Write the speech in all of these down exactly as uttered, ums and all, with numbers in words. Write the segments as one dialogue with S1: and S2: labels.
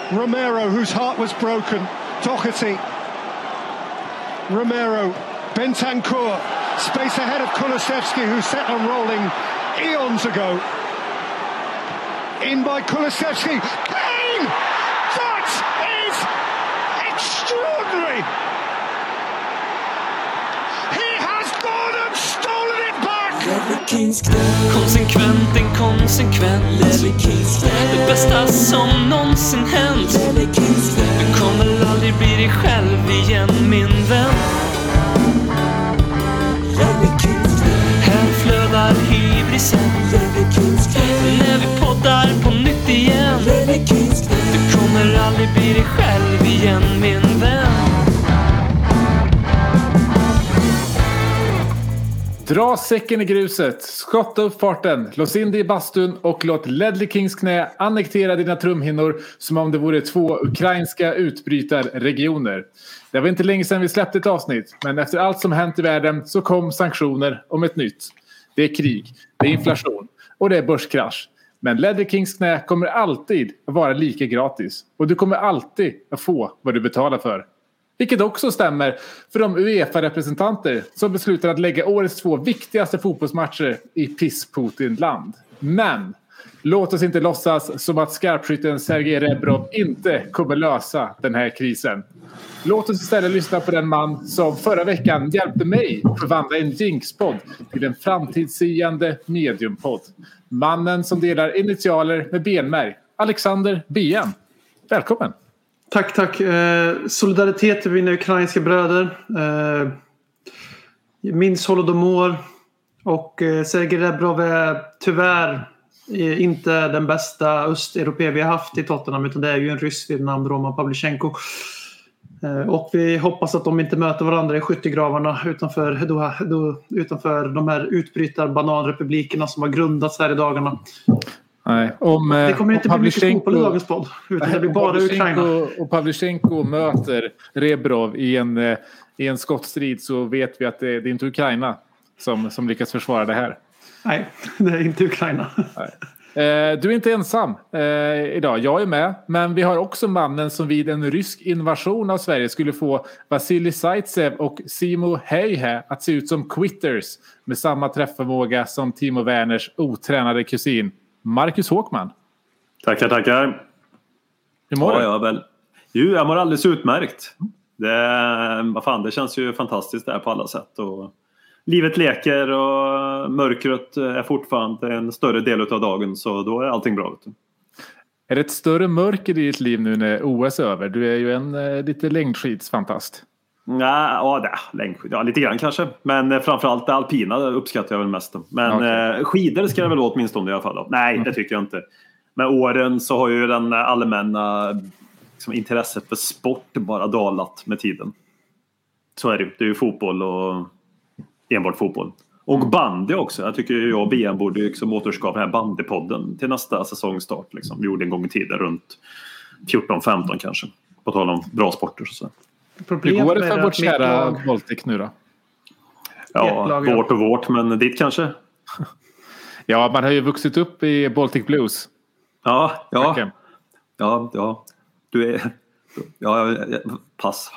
S1: Romero, whose heart was broken. Doherty. Romero. Bentancur. Space ahead of Kulusevski, who set on rolling eons ago. In by Kulusevski. Bang! That is extraordinary! He has gone and stolen it back!
S2: Konsekvent, inkonsekvent. Det bästa som någonsin hänt. Du kommer aldrig bli dig själv igen, min vän. Här flödar hybrisen. När vi poddar på nytt igen. Du kommer aldrig bli dig själv igen, min vän.
S3: Dra säcken i gruset, skotta upp farten, lås in dig i bastun och låt Ledley Kings knä annektera dina trumhinnor som om det vore två ukrainska utbrytarregioner. Det var inte länge sedan vi släppte ett avsnitt, men efter allt som hänt i världen så kom sanktioner om ett nytt. Det är krig, det är inflation och det är börskrasch. Men Ledley Kings knä kommer alltid att vara lika gratis och du kommer alltid att få vad du betalar för. Vilket också stämmer för de UEFA-representanter som beslutar att lägga årets två viktigaste fotbollsmatcher i piss-Putin-land. Men låt oss inte låtsas som att skarpskytten Sergej Rebrov inte kommer lösa den här krisen. Låt oss istället lyssna på den man som förra veckan hjälpte mig att förvandla en Jinx-podd till en framtidssiande mediumpodd. Mannen som delar initialer med benmärg, Alexander B M. Välkommen!
S4: Tack, tack. Eh, solidaritet till mina ukrainska bröder. Eh, minns Holodomor. Och eh, Sergej Rebrov är tyvärr eh, inte den bästa östeuropé vi har haft i Tottenham. Utan det är ju en ryss vid namn Roman Pavlyuchenko. Eh, och vi hoppas att de inte möter varandra i skyttegravarna utanför, då, då, utanför de här utbrytar-bananrepublikerna som har grundats här i dagarna.
S3: Nej, om,
S4: det kommer inte bli mycket fotboll i dagens podd. Utan det blir bara Ukraina.
S3: Och Pavlyuchenko möter Rebrov i en, i en skottstrid, så vet vi att det, det är inte Ukraina som, som lyckas försvara det här.
S4: Nej, det är inte Ukraina.
S3: Nej. Eh, du är inte ensam eh, idag. Jag är med. Men vi har också mannen som vid en rysk invasion av Sverige skulle få Vasilij Zaitsev och Simo Heihe att se ut som quitters med samma träfförmåga som Timo Werners otränade kusin Marcus Håkman.
S5: Tackar, tackar.
S3: Hur mår
S5: ja,
S3: du?
S5: Jag väl. Jo, jag mår alldeles utmärkt. Det, vad fan, det känns ju fantastiskt där på alla sätt. Och livet leker och mörkret är fortfarande en större del av dagen, så då är allting bra.
S3: Är det ett större mörker i ditt liv nu när O S är över? Du är ju en eh, lite längdskidsfantast.
S5: Nej, ja, det, längdskid, ja, lite grann kanske. Men framförallt det alpina uppskattar jag väl mest. Men okay. eh, skidor ska jag väl åtminstone i alla fall. Nej, mm. det tycker jag inte. Med åren så har ju den allmänna liksom, intresset för sport bara dalat med tiden. Så är det ju. Det är ju fotboll och enbart fotboll. Och bandy också. Jag tycker jag och B M borde liksom återskapa den här bandypodden till nästa säsongstart. Liksom. Vi gjorde en gång i tiden runt fjorton femton kanske. På tal om bra sporter och så.
S3: Hur går det för vårt kära Baltic nu då?
S5: Ja, vårt och vårt, men ditt kanske?
S3: Ja, man har ju vuxit upp i Baltic Blues.
S5: Ja, ja. Okay. Ja, ja. Du är... Ja, pass.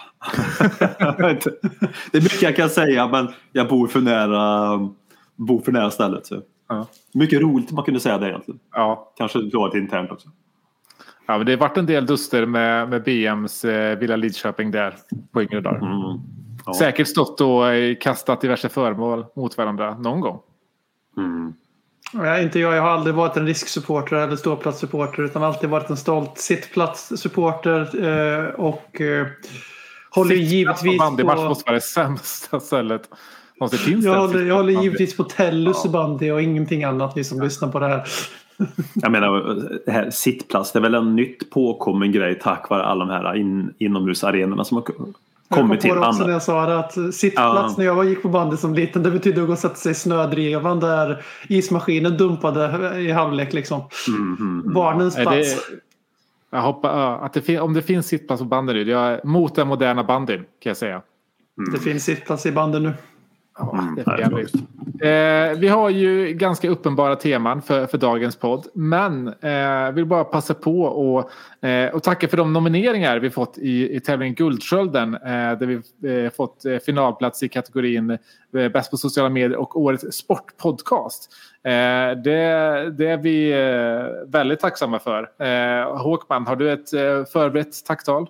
S5: Det är mycket jag kan säga, men jag bor för nära, bor för nära stället. Så. Ja. Mycket roligt man kunde säga det egentligen. Ja. Kanske klart internt också.
S3: Ja, men det har varit en del duster med, med B M:s eh, Villa Lidköping där på yngre dagar. Mm. Ja. Säkert stått och eh, kastat diverse föremål mot varandra någon gång.
S4: Mm. Ja, inte jag. Jag har aldrig varit en risksupporter eller ståplatssupporter, utan alltid varit en stolt sittplatssupporter eh, och eh, håller givetvis på...
S3: Bandymatch måste vara det sämsta stället. Måste finns
S4: jag, håller, jag håller givetvis på Tellus ja. bandy och ingenting annat, ni som ja. lyssnar på det här.
S5: Jag menar, det här sittplats, det är väl en nytt påkommen grej tack vare alla de här in, inomhusarenorna som har kommit till.
S4: Jag kom på det också när jag sa det, att sittplats uh. när jag var, gick på bandy som liten, det betydde att gå och sätta sig i snödrevan där ismaskinen dumpade i halvlek liksom. Mm, mm, mm. Barnens plats.
S3: Det, jag hoppas uh, att det fin- om det finns sittplats på bandy nu, jag är mot den moderna bandyn kan jag säga.
S4: Mm. Det finns sittplats i bandy nu.
S3: Ja, det är för jävligt. Eh, vi har ju ganska uppenbara teman för, för dagens podd. Men eh, vill bara passa på och, eh, och tacka för de nomineringar vi fått i, i tävlingen Guldskölden. Eh, där vi eh, fått eh, finalplats i kategorin eh, Bäst på sociala medier och Årets sportpodcast. Eh, det, det är vi eh, väldigt tacksamma för. Eh, Håkman, har du ett eh, förberett tacktal?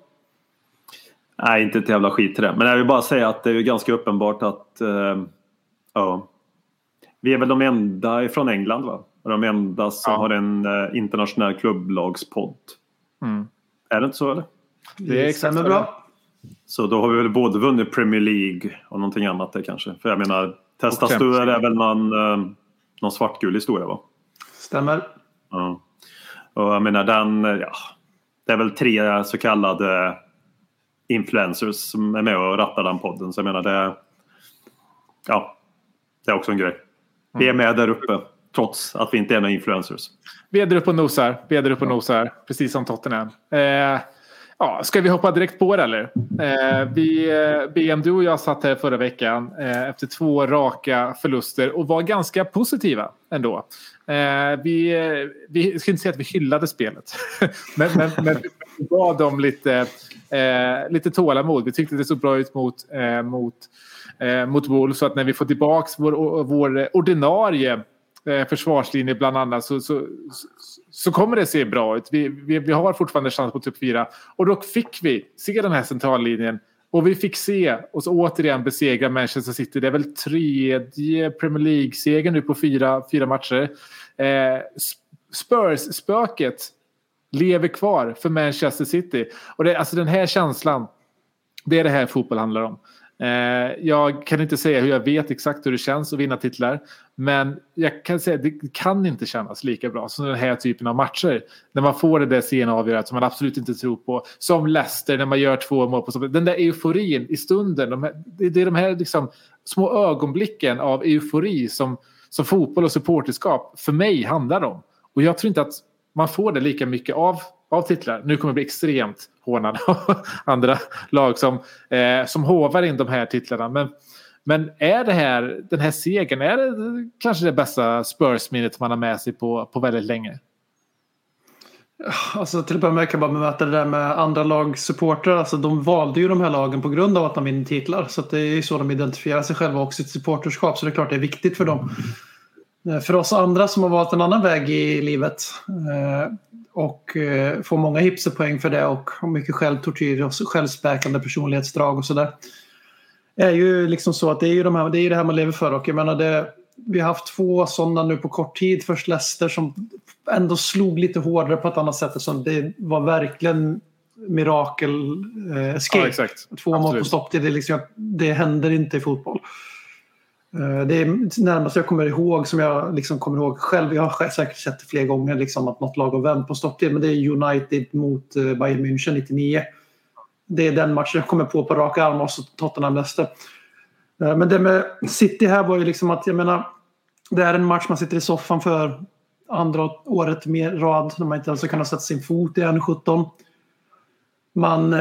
S5: Nej, inte ett jävla skit till det. Men jag vill bara säga att det är ju ganska uppenbart att uh, ja, vi är väl de enda från England, va? De enda som ja. har en uh, internationell klubblagspodd. Mm. Är det inte så, eller?
S3: Det är exakt bra.
S5: Så då har vi väl både vunnit Premier League och någonting annat där kanske. För jag menar, Testas du är väl någon, uh, någon svartgul historia, va?
S4: Stämmer.
S5: Ja. Och jag menar, den, ja, det är väl tre så kallade influencers som är med och rattar den podden. Så jag menar, det, ja, det är också en grej. Vi är med där uppe trots att vi inte är några influencers.
S3: Vi är där uppe och nosar. Vi är där uppe och nosar. Precis som Tottenham. Eh, ja, ska vi hoppa direkt på det, eller? Eh, vi, B M, du och jag satt här förra veckan eh, efter två raka förluster och var ganska positiva ändå. Eh, vi, vi ska inte säga att vi hyllade spelet. men, men, men vi gav dem lite Eh, lite tålamod. Vi tyckte det såg bra ut mot, eh, mot, eh, mot Wolves, så att när vi får tillbaka vår, vår ordinarie eh, försvarslinje bland annat så, så, så kommer det se bra ut. Vi, vi, vi har fortfarande chans på typ fyra. Och då fick vi se den här centrallinjen och vi fick se och så återigen besegra Manchester City. Det är väl tredje Premier League-segern nu på fyra, fyra matcher. Eh, Spurs-spöket lever kvar för Manchester City. Och det, alltså den här känslan, det är det här fotboll handlar om. Eh, jag kan inte säga hur jag vet exakt hur det känns att vinna titlar. Men jag kan säga att det kan inte kännas lika bra som den här typen av matcher. När man får det där sena avgörat som man absolut inte tror på. Som Leicester när man gör två mål på stopp. Den där euforin i stunden. De här, det är de här liksom små ögonblicken av eufori som, som fotboll och supporterskap för mig handlar om. Och jag tror inte att man får det lika mycket av, av titlar. Nu kommer det bli extremt hånad av andra lag som, eh, som hovar in de här titlarna. Men, men är det här, den här segern, är det kanske det bästa Spurs-minnet man har med sig på, på väldigt länge?
S4: Alltså till att börja med kan jag bara bemöta det där med andra lagsupportrar. Alltså de valde ju de här lagen på grund av att de vinner titlar. Så att det är ju så de identifierar sig själva och sitt supporterskap. Så det är klart det är viktigt för dem. För oss andra som har valt en annan väg i livet eh, och eh, får många hipsterpoäng för det och har mycket självtortyr och självspäkande personlighetsdrag och sådär, är ju liksom så att det är ju, de här, det, är ju det här man lever för. Och jag menar det, vi har haft två sådana nu på kort tid. Först Leicester som ändå slog lite hårdare på ett annat sätt. Så det var verkligen mirakel eh, escape. Ja, exakt. Två mål på stopp, det, är liksom, det händer inte i fotboll. Det är närmast jag kommer ihåg som jag liksom kommer ihåg själv. Jag har säkert sett det fler gånger liksom, att något lag har vänt på stopptid. Men det är United mot Bayern München nittionio. Det är den matchen jag kommer på på raka armar och så Tottenham Leicester. Men det med City här var ju liksom att jag menar, det är en match man sitter i soffan för andra året med rad när man inte ens har kunnat sätta sin fot i N sjutton. Man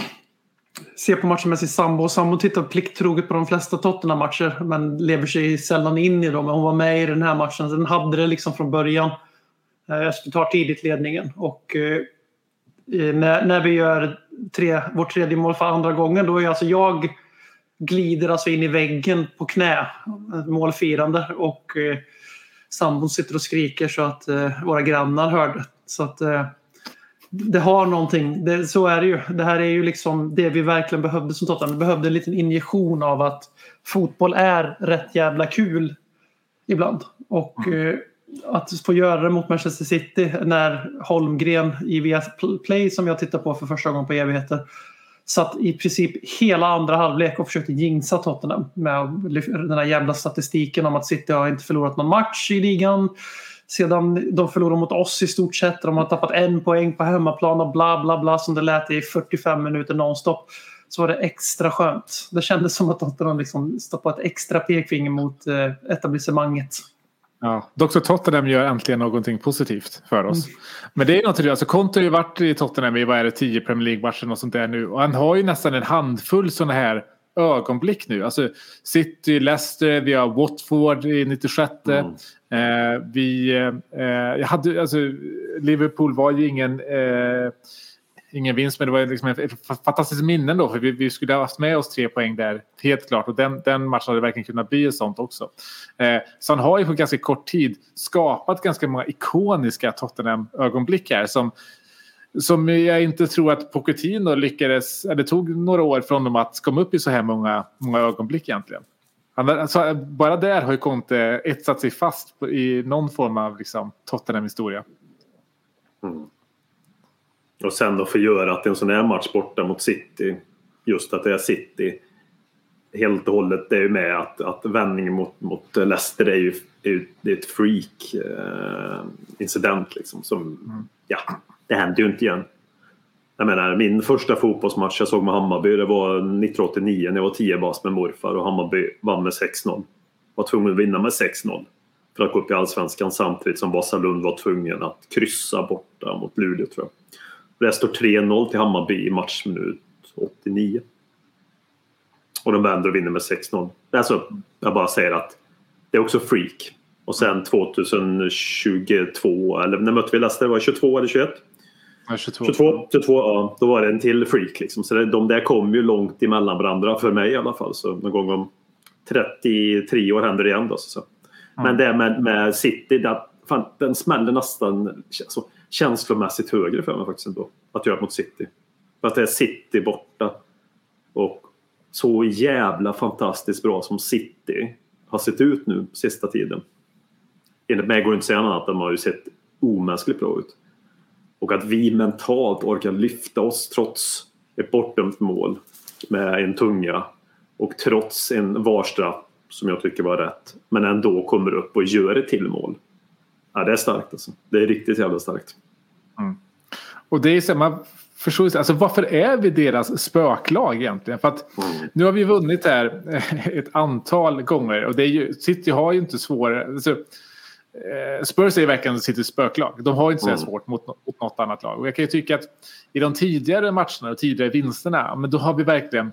S4: ser på matchen med sin sambo och sambo tittar plikttroget på de flesta Tottenham-matcher men lever sig sällan in i dem. Hon var med i den här matchen, den hade det liksom från början. Jag skulle ta tidigt ledningen och eh, när, när vi gör tre, vårt tredje mål för andra gången, då är alltså jag glider alltså in i väggen på knä, målfirande, och eh, sambon sitter och skriker så att eh, våra grannar hörde. Så att eh, det har någonting, det, så är det ju. Det här är ju liksom det vi verkligen behövde som Tottenham. Vi behövde en liten injektion av att fotboll är rätt jävla kul ibland. Och mm. eh, att få göra det mot Manchester City när Holmgren i Viaplay, som jag tittar på för första gången på evigheter, satt i princip hela andra halvlek och försökte jinxa Tottenham med den här jävla statistiken om att City har inte förlorat någon match i ligan sedan de förlorade mot oss i stort sett. De har tappat en poäng på hemmaplan och bla bla bla, som det lät i fyrtiofem minuter nonstop. Så var det extra skönt. Det kändes som att Tottenham liksom stoppade ett extra pekfinger mot eh, etablissemanget.
S3: Ja, doktor Tottenham gör äntligen någonting positivt för oss. Mm. Men det är naturligt, alltså Conte har ju varit i Tottenham i vad är det, tio Premier League-matcher och sånt där nu. Och han har ju nästan en handfull sådana här ögonblick nu. Alltså City, Leicester, vi har Watford i nittiosju. Mm. Eh, vi, eh, jag hade, alltså, Liverpool var ju ingen... Eh, Ingen vinst, men det var liksom ett fantastiskt minnen då. För vi, vi skulle ha haft med oss tre poäng där, helt klart. Och den, den matchen hade verkligen kunnat bli ett sånt också. Eh, så han har ju på ganska kort tid skapat ganska många ikoniska Tottenham-ögonblick här. Som, som jag inte tror att Pochettino lyckades... Eller det tog några år från dem att komma upp i så här många, många ögonblick egentligen. Han, alltså, bara där har ju Conte etsat sig fast på, i någon form av liksom, Tottenham-historia.
S5: Mm. Och sen då förgöra att en sån här match borta mot City, just att det är City helt och hållet, det är ju med att, att vändningen mot, mot Leicester är ju, är ju det är ett freak eh, incident liksom, som mm. ja, det händer ju inte igen. Jag menar, min första fotbollsmatch jag såg med Hammarby, det var nittonhundraåttionio när jag var tio bas med morfar och Hammarby vann med sex noll. Var tvungen att vinna med sex noll för att gå upp i Allsvenskan, samtidigt som Vasalund var tvungen att kryssa borta mot Luleå, tror jag. Det står tre noll till Hammarby i matchminut åttionio. Och de vänder och vinner med sex noll. Alltså, jag bara säger att det är också freak. Och sen tjugohundratjugotvå, eller när mötte vi Leicester, var det tjugotvå eller tjugoett?
S3: Ja, tjugotvå.
S5: tjugotvå, tjugotvå, ja, då var det en till freak liksom. Så det, de där kom ju långt emellan varandra, för mig i alla fall. Så någon gång om trettiotre år händer det igen då. Så. Mm. Men det med, med City, där, fan, den smäller nästan... Så, känslomässigt högre för mig faktiskt ändå att göra mot City. För att det är City borta och så jävla fantastiskt bra som City har sett ut nu sista tiden. Enligt mig går det inte att säga annat, de har ju sett omänskligt bra ut. Och att vi mentalt orkar lyfta oss trots ett bortdömt mål med en tunga och trots en varstraff som jag tycker var rätt, men ändå kommer upp och gör ett till mål. Ja, det är starkt alltså. Det är riktigt jävla starkt.
S3: Mm. Och det är så man förstår, alltså varför är vi deras spöklag egentligen? För att mm. nu har vi vunnit här ett antal gånger och det är ju, City har ju inte svårare, alltså, Spurs är verkligen Citys spöklag. De har ju inte så mm. svårt mot, mot något annat lag. Och jag kan ju tycka att i de tidigare matcherna och tidigare vinsterna, men då har vi verkligen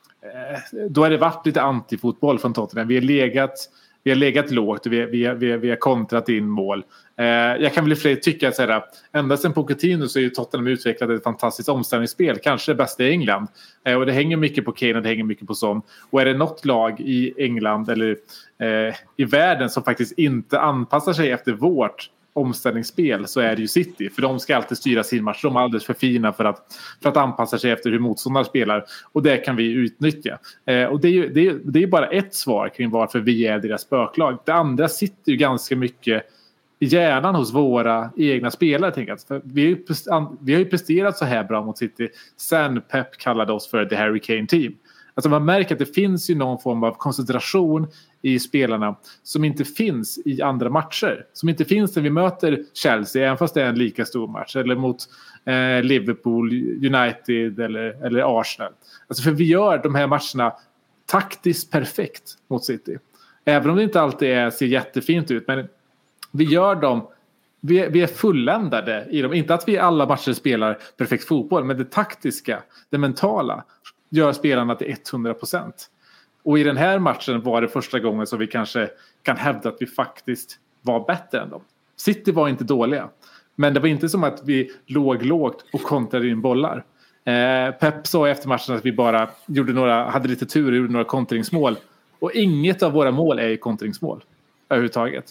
S3: då har det varit lite antifotboll från Tottenham. Vi har legat Vi har legat lågt och vi, vi, vi, vi har kontrat in mål. Eh, jag kan väl i fler tycka att såhär, ända sedan Pochettino så är ju Tottenham utvecklat ett fantastiskt omställningsspel. Kanske det bästa i England. Eh, och det hänger mycket på Kane och det hänger mycket på Son. Och är det något lag i England eller eh, i världen som faktiskt inte anpassar sig efter vårt omställningsspel, så är det ju City. För de ska alltid styra sin match. De är alldeles för fina för att, för att anpassa sig efter hur motståndare spelar. Och det kan vi utnyttja. Eh, och det är ju det är, det är bara ett svar kring varför vi är deras spöklag. Det andra sitter ju ganska mycket i hjärnan hos våra egna spelare. Tänker jag. För vi, vi har ju presterat så här bra mot City sen Pep kallade oss för The Harry Kane Team. Alltså man märker att det finns ju någon form av koncentration i spelarna som inte finns i andra matcher. Som inte finns när vi möter Chelsea, även fast det är en lika stor match. Eller mot eh, Liverpool, United eller, eller Arsenal. Alltså för vi gör de här matcherna taktiskt perfekt mot City. Även om det inte alltid är, ser jättefint ut. Men vi gör dem, vi, vi är fulländade i dem. Inte att vi i alla matcher spelar perfekt fotboll, men det taktiska, det mentala gör spelarna till hundra procent. Och i den här matchen var det första gången som vi kanske kan hävda att vi faktiskt var bättre än dem. City var inte dåliga. Men det var inte som att vi låg lågt och kontrade in bollar. Eh, Pep sa efter matchen att vi bara gjorde några, hade lite tur och gjorde några kontringsmål. Och inget av våra mål är kontringsmål överhuvudtaget.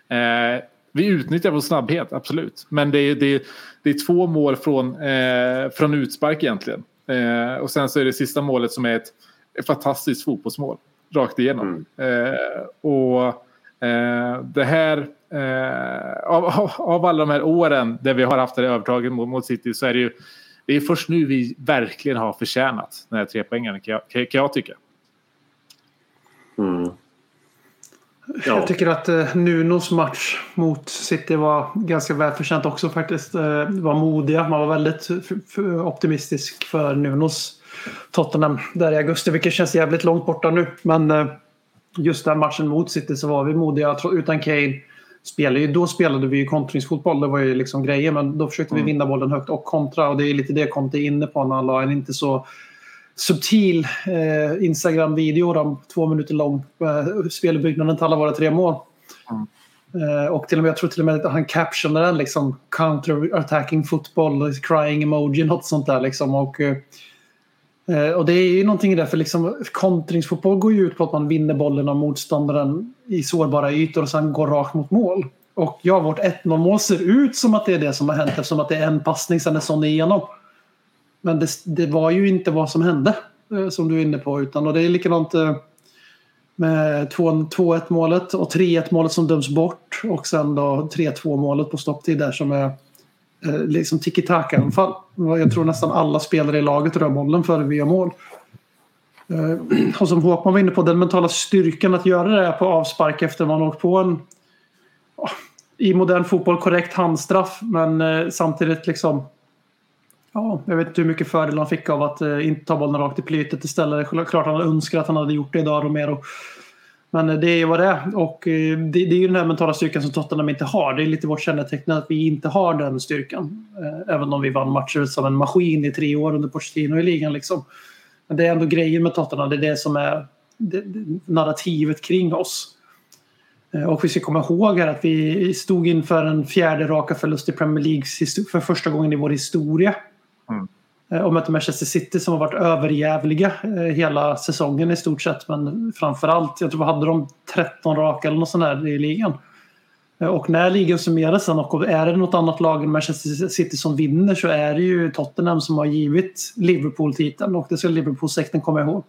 S3: Eh, vi utnyttjar vår snabbhet, absolut. Men det är, det är, det är två mål från, eh, från utspark egentligen. Eh, och sen så är det sista målet som är ett, ett fantastiskt fotbollsmål rakt igenom. Mm. Eh, och eh, det här eh, av, av, av alla de här åren där vi har haft det övertaget mot, mot City, så är det ju det är först nu vi verkligen har förtjänat den här tre poängen, kan jag, kan, kan jag tycka.
S5: Mm.
S4: Ja. Jag tycker att eh, Nunos match mot City var ganska välförtjänt också faktiskt. Eh, var modiga. Man var väldigt f- f- optimistisk för Nunos Tottenham där i augusti, vilket känns jävligt långt borta nu. Men eh, just den matchen mot City så var vi modiga. Utan Kane spelade ju, då spelade vi ju kontringsfotboll. Det var ju liksom grejer, men då försökte mm. vi vinna bollen högt och kontra. Och det är lite det kom till inne på när han la en inte så subtil eh, Instagram-video om två minuter lång. Eh, spelbyggnaden till alla våra tre mål. Mm. Eh, och till och med, jag tror till och med att han captionade den liksom counter-attacking football, crying emoji, något sånt där liksom. Och, eh, och det är ju någonting där, för liksom, kontringsfotboll går ju ut på att man vinner bollen av motståndaren i sårbara ytor och sen går rakt mot mål. Och ja, vårt ett noll mål ser ut som att det är det som har hänt, eftersom att det är en passning sen är sån igenom. Men det, det var ju inte vad som hände, som du är inne på, utan och det är likadant med två ett målet och tre ett målet som döms bort, och sen då tre två målet på stopptid där som är eh, liksom tiki-taka-anfall. Jag tror nästan alla spelare i laget rör bollen före vi gör mål. Eh, och som Håkman var inne på, den mentala styrkan att göra det på avspark efter man åkt på en oh, i modern fotboll korrekt handstraff, men eh, samtidigt liksom ja, jag vet inte hur mycket fördel han fick av att eh, inte ta bollen rakt i plytet istället. Klart han önskar att han hade gjort det idag, Romero. Men eh, det är ju vad det är. Och eh, det, det är ju den här mentala styrkan som Tottenham inte har. Det är lite vårt kännetecken att vi inte har den styrkan. Eh, även om vi vann matcher som en maskin i tre år under Pochettino i ligan liksom. Men det är ändå grejen med Tottenham. Det är det som är det, det, narrativet kring oss. Eh, och vi ska komma ihåg här att vi stod inför en fjärde raka förlust i Premier League för första gången i vår historia. Mm. Och mötte Manchester City som har varit överjävliga hela säsongen i stort sett, men framförallt, jag tror vi hade de tretton raka eller något sånt där i ligan. Och när ligan summeras sen, och är det något annat lag än Manchester City som vinner, så är det ju Tottenham som har givit Liverpool-titeln, och det ska Liverpool-sekten komma ihåg.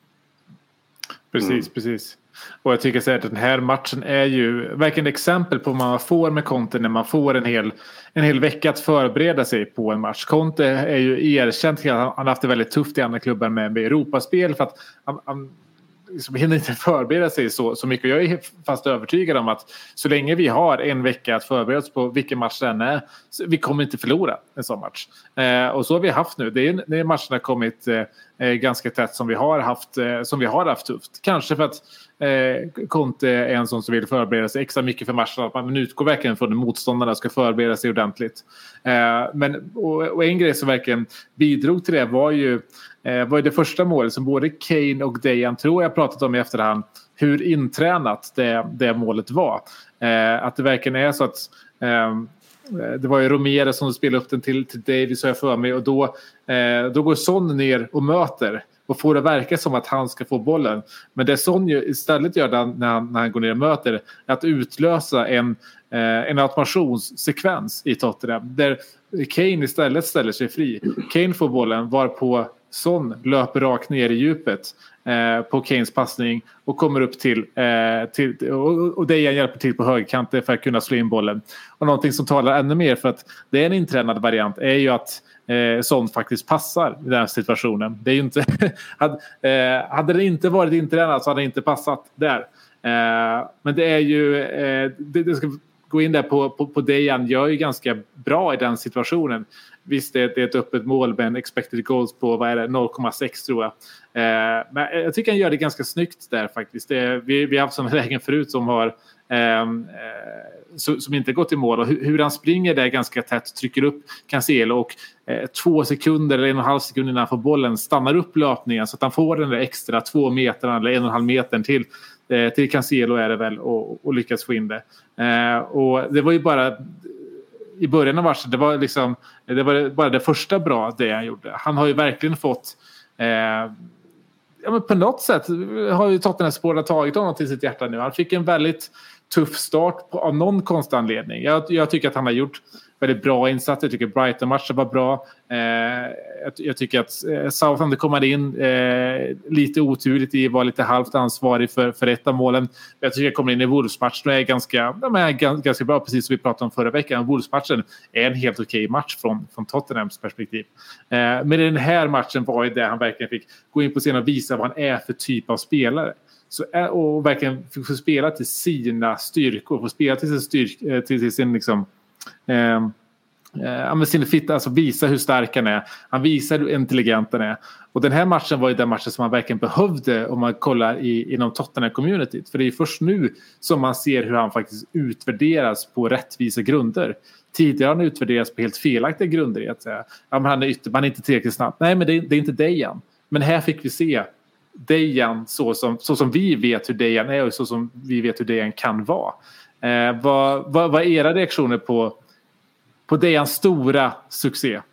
S3: Precis, mm. precis. Och jag tycker att den här matchen är ju verkligen ett exempel på vad man får med Conte när man får en hel, en hel vecka att förbereda sig på en match. Conte är ju erkänt att han har haft det väldigt tufft i andra klubbar med, med Europaspel, för att han, han liksom hinner inte förbereda sig så, så mycket. Jag är fast övertygad om att så länge vi har en vecka att förbereda oss på vilken match den är, vi kommer inte förlora en sån match. Eh, och så har vi haft nu. Det är, det är matcherna kommit eh, ganska tätt som vi har haft, eh, som vi har haft tufft. Kanske för att eh, Conte är en sån som vill förbereda sig extra mycket för matcherna. Att man utgår verkligen från att motståndarna ska förbereda sig ordentligt. Eh, men, och, och en grej som verkligen bidrog till det var ju Eh, var det första målet som både Kane och Dejan, tror jag, pratat om i efterhand, hur intränat det, det målet var. Eh, att det verkligen är så att eh, det var ju Romero som spelade upp den till, till Davies, så jag för mig, och då, eh, då går Son ner och möter och får det verka som att han ska få bollen. Men det Son ju istället gör när han, när han går ner och möter är att utlösa en, eh, en automationssekvens i Tottenham där Kane istället ställer sig fri. Kane får bollen, varpå Son löper rakt ner i djupet eh, på Kanes passning och kommer upp till, eh, till och, och Dejan hjälper till på högerkanten för att kunna slå in bollen. Och någonting som talar ännu mer för att det är en intränad variant är ju att eh, Son faktiskt passar i den här situationen. Det är ju inte hade, eh, hade det inte varit intränad så hade det inte passat där. Eh, men det är ju eh, det, det ska gå in där på, på, på Dejan, gör ju ganska bra i den situationen. Visst, det är ett öppet mål med en expected goals på vad är det, noll komma sex tror jag. Eh, men jag tycker han gör det ganska snyggt där faktiskt. Det, vi, vi har haft sådana lägen förut som har eh, som, som inte gått i mål. Och hur, hur han springer där ganska tätt, trycker upp Cancelo och eh, två sekunder eller en och en halv sekund innan han får bollen stannar upp löpningen så att han får den där extra två meter eller en och en halv meter till eh, till Cancelo är det väl och, och lyckas få in det. Eh, och det var ju bara i början av matchen, det var liksom det var bara det första bra det han gjorde. Han har ju verkligen fått eh, ja, men på något sätt har ju Tottenham-spårarna tagit honom till sitt hjärta nu. Han fick en väldigt tuff start på, av någon konstig anledning. Jag, jag tycker att han har gjort väldigt bra insatser. Jag tycker Brighton-matchen var bra. Eh, jag, jag tycker att eh, Southampton kommer in eh, lite oturligt i, var lite halvt ansvarig för, för ett av målen. Jag tycker att jag kommer in i Wolves-matchen och är ganska, de är ganska, ganska bra, precis som vi pratade om förra veckan. Wolves-matchen är en helt okej match från, från Tottenhams perspektiv. Eh, men den här matchen var ju där han verkligen fick gå in på scenen och visa vad han är för typ av spelare. Så, och verkligen få spela till sina styrkor, få spela till sin styrk, till, till sin liksom eh, eh, med sin fitta, alltså visa hur stark han är. Han visar hur intelligent han är. Och den här matchen var ju den matchen som man verkligen behövde om man kollar i, inom Tottenham-communityt. För det är först nu som man ser hur han faktiskt utvärderas på rättvisa grunder. Tidigare har han utvärderats på helt felaktiga grunder. Att säga, ja, men han, är ytter, han är inte tillräckligt snabb. Nej, men det, det är inte Dejan. Men här fick vi se Dejan så som, så som vi vet hur Dejan är och så som vi vet hur Dejan kan vara. Eh, vad, vad, vad är era reaktioner på, på Dejans stora succé?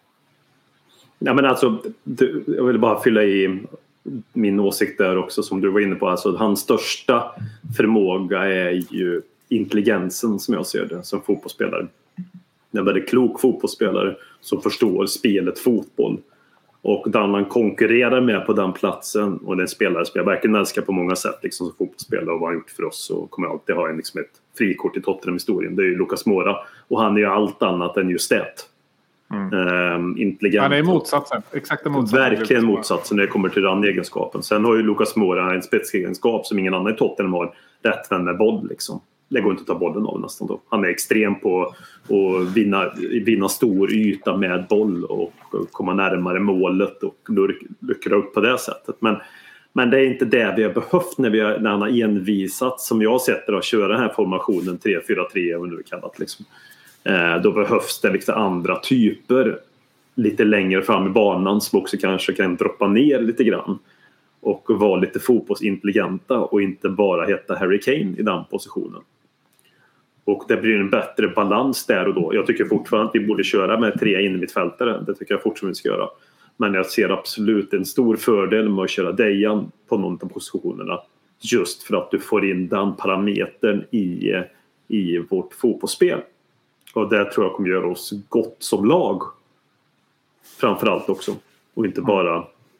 S5: Ja, men alltså, du, jag vill bara fylla i min åsikt där också som du var inne på. Alltså, hans största förmåga är ju intelligensen som jag ser det som fotbollsspelare. Det är en väldigt klok fotbollsspelare som förstår spelet fotboll. Och där man konkurrerar med på den platsen och den spelare som jag verkligen älskar på många sätt liksom, som fotbollsspelare och vad han gjort för oss. Och kommer jag alltid ha en, liksom, ett frikort i Tottenham-historien. Det är ju Lucas Moura. Och han är ju allt annat än just det. Mm. Um, intelligent.
S3: Han är motsatsen. Exakt motsatsen.
S5: Verkligen motsatsen när det kommer till den egenskapen. Sen har ju Lucas Moura en spetsegenskap som ingen annan i Tottenham har. Rättvänd med boll liksom. Det går inte att ta bollen av nästan då. Han är extrem på att vinna, vinna stor yta med boll och komma närmare målet och luckra upp på det sättet. Men, men det är inte det vi har behövt när, vi har, när han har envisat som jag sätter att köra den här formationen tre fyra tre och nu kallat liksom. Eh, då behövs det liksom andra typer lite längre fram i banan som också kanske kan droppa ner lite grann. Och vara lite fotbollsintelligenta och inte bara heta Harry Kane i den positionen. Och det blir en bättre balans där och då. Jag tycker fortfarande att vi borde köra med tre innermittfältare. Det tycker jag fortfarande vi ska göra. Men jag ser absolut en stor fördel med att köra Dejan på någon av positionerna. Just för att du får in den parametern i, i vårt fotbollsspel. Och det tror jag kommer göra oss gott som lag. Framförallt också. Och inte bara...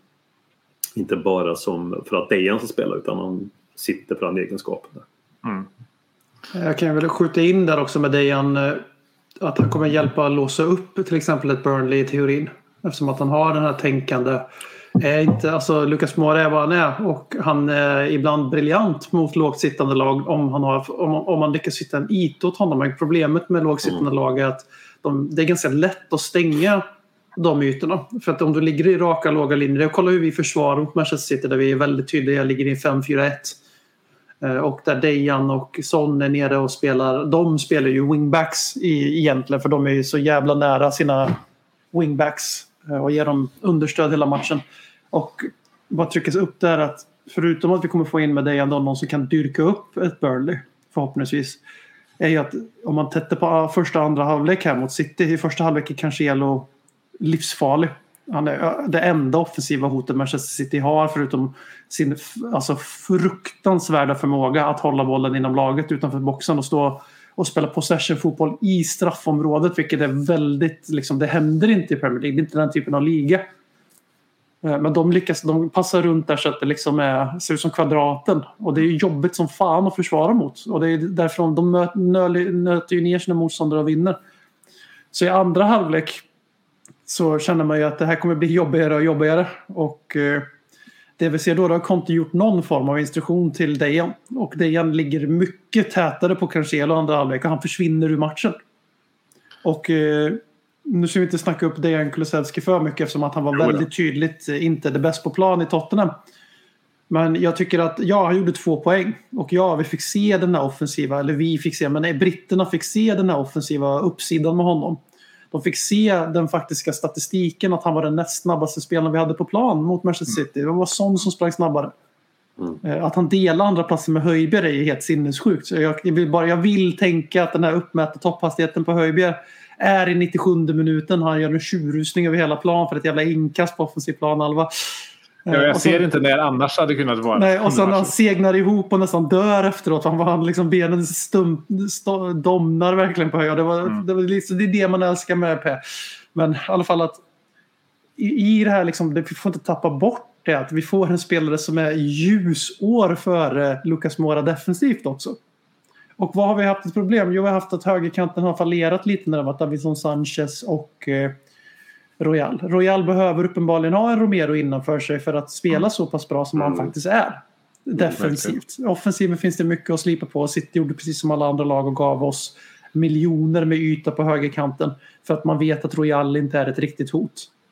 S5: Inte bara som för att Dejan ska spela utan han sitter på den egenskapen där.
S3: Mm.
S4: Jag kan väl skjuta in där också med Dejan att han kommer hjälpa att låsa upp till exempel ett Burnley i teorin. Eftersom att han har den här tänkande. Är inte, alltså Lucas Moura är vad han är och han är ibland briljant mot lågt sittande lag om han har, om, om man lyckas sitta en yta åt honom. Men problemet med lågt sittande mm. lag är att de, det är ganska lätt att stänga de ytorna. För att om du ligger i raka låga linjer, jag kollar hur vi försvarar mot Manchester City där vi är väldigt tydliga, jag ligger i fem fyra ett och där Dejan och Son är nere och spelar, de spelar ju wingbacks i, egentligen för de är ju så jävla nära sina wingbacks och ger dem understöd hela matchen och bara tryckas upp där att förutom att vi kommer få in med Dejan då, någon som kan dyrka upp ett Burnley förhoppningsvis är ju att om man tätter på första andra halvlek här mot City i första halvlek är kanske gäller livsfarlig. Han är det enda offensiva hotet Manchester City har förutom sin alltså fruktansvärda förmåga att hålla bollen inom laget utanför boxen och stå och spela possession-fotboll i straffområdet vilket är väldigt, liksom, det händer inte i Premier League. Det är inte den typen av liga. Men de lyckas, de passar runt där så att det liksom är, ser ut som kvadraten och det är ju jobbigt som fan att försvara mot och det är därför de möter, nöter ju ner sina motståndare och vinner. Så i andra halvlek så känner man ju att det här kommer bli jobbigare och jobbigare. Och eh, det vi ser då, då har Conte gjort någon form av instruktion till Dejan. Och Dejan ligger mycket tätare på Cancelo andra halvlek och han försvinner ur matchen. Och eh, nu ska vi inte snacka upp Dejan Kulusevski för mycket eftersom att han var väldigt tydligt inte det bäst på plan i Tottenham. Men jag tycker att ja, han gjorde två poäng. Och ja, vi fick se den här offensiva, eller vi fick se, men nej, britterna fick se den här offensiva uppsidan med honom. De fick se den faktiska statistiken att han var den näst snabbaste spelaren vi hade på plan mot Manchester City. Det var Son som sprang snabbare. Mm. Att han delar andra platser med Højbjerg är helt sinnessjukt. Så jag, jag, vill bara, jag vill tänka att den här uppmätta topphastigheten på Højbjerg är i nittiosjunde minuten. Han gör en tjurrusning över hela plan för ett jävla inkast på offensiv plan. Alva.
S3: Ja, jag ser sen, inte när annars hade kunnat vara.
S4: Nej, och sen han segnar ihop och nästan dör efteråt. Han var liksom benen stump, st- domnar verkligen på höj. Det, var, mm. det, var liksom, det är det man älskar med P. Men i alla fall att i, i det här liksom, det, vi får inte tappa bort det. Att vi får en spelare som är ljusår före Lucas Moura defensivt också. Och vad har vi haft ett problem? Jo, vi har haft att högerkanten har fallerat lite när det var Davinson Sanchez och... Eh, Royal. Royal behöver uppenbarligen ha en Romero innanför sig för att spela mm. så pass bra som han mm. faktiskt är. Defensivt. Mm, offensivt finns det mycket att slipa på. City gjorde precis som alla andra lag och gav oss miljoner med yta på högerkanten för att man vet att Royal inte är ett riktigt hot.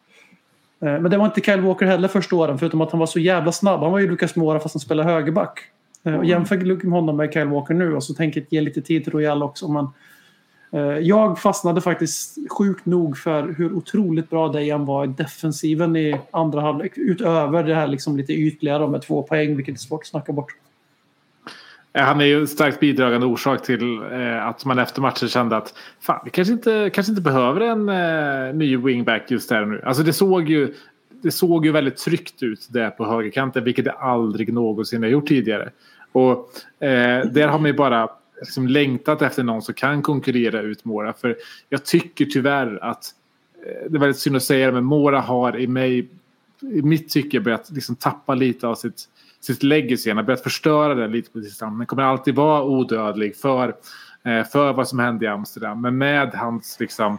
S4: Men det var inte Kyle Walker heller första åren förutom att han var så jävla snabb. Han var ju Lucas Moura fast han spelade högerback. Mm. Och jämför honom med Kyle Walker nu och så tänker jag ge lite tid till Royal också. Men Jag fastnade faktiskt sjukt nog för hur otroligt bra Dejan var i defensiven i andra halvlek. Utöver det här liksom lite ytligare med två poäng, vilket är svårt att snacka bort.
S3: Han är ju starkt bidragande orsak till eh, att man efter matchen kände att fan, vi kanske inte, kanske inte behöver en eh, ny wingback just här nu. Alltså det såg ju, det såg ju väldigt tryggt ut där på högerkanten, vilket det aldrig någonsin har gjort tidigare. Och eh, där har man ju bara liksom längtat efter någon som kan konkurrera ut Mora. För jag tycker tyvärr att eh, det är väldigt synd att säga det, men Mora har i mig, i mitt tycke, börjat liksom tappa lite av sitt sitt legacy. Han har börjat förstöra det lite på sistone. Den kommer alltid vara odödlig för, för vad som hände i Amsterdam. Men med hans liksom,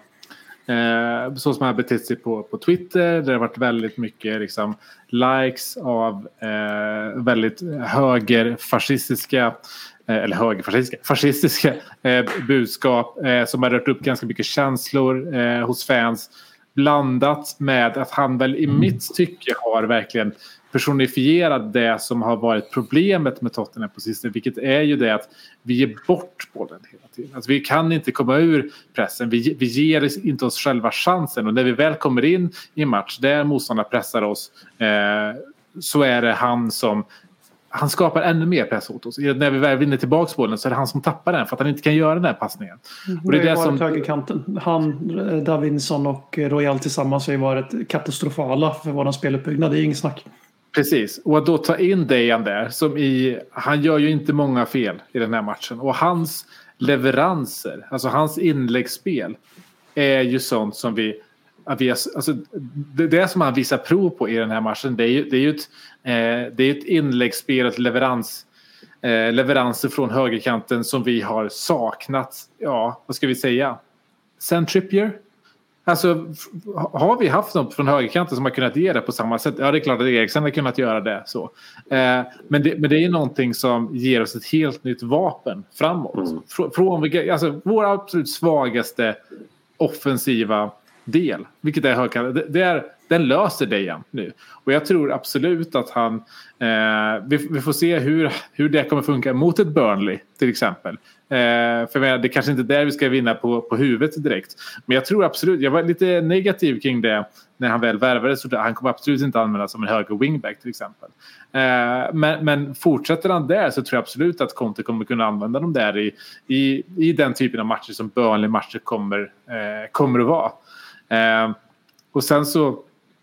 S3: så som han har betett sig på, på Twitter, där det har varit väldigt mycket liksom, likes av eh, väldigt högerfascistiska eller högerfascistiska fascistiska eh, budskap eh, som har rört upp ganska mycket känslor eh, hos fans, blandat med att han väl i mitt tycke har verkligen personifierat det som har varit problemet med Tottenham på sistone, vilket är ju det att vi ger bort bollen hela tiden. Alltså vi kan inte komma ur pressen, vi, vi ger inte oss själva chansen, och när vi väl kommer in i en match där motståndarna pressar oss eh, så är det han som han skapar ännu mer press åt oss. När vi väl vinner tillbaka bollen så är det han som tappar den för att han inte kan göra den här passningen.
S4: Och det är det som högerkanten. Han, Davinson och Royal tillsammans har ju varit katastrofala för våran speluppbyggnad. Det är inget snack.
S3: Precis. Och att då ta in Dejan där som i, han gör ju inte många fel i den här matchen. Och hans leveranser, alltså hans inläggsspel är ju sånt som vi, vi alltså det, det som han visar prov på i den här matchen, det är ju, det är ju ett Eh, det är ett inläggsspel, ett leverans, eh, leveranser från högerkanten som vi har saknat, ja, vad ska vi säga, sen Trippier. Alltså, har vi haft något från högerkanten som har kunnat ge det på samma sätt? Ja, det är klart att Eriksen har kunnat göra det så. Eh, men, det, men det är någonting som ger oss ett helt nytt vapen framåt. Mm. Frå, från, alltså, vår absolut svagaste offensiva del, vilket är högerkanten, det, det är den löser Dejan nu. Och jag tror absolut att han eh, vi, vi får se hur, hur det kommer funka mot ett Burnley till exempel. Eh, för menar, det är kanske inte där vi ska vinna på, på huvudet direkt. Men jag tror absolut, jag var lite negativ kring det när han väl värvades, så han kommer absolut inte användas som en höger wingback till exempel. Eh, men, men fortsätter han där så tror jag absolut att Conte kommer kunna använda dem där i, i, i den typen av matcher som Burnley-matcher kommer, eh, kommer att vara. Eh, och sen så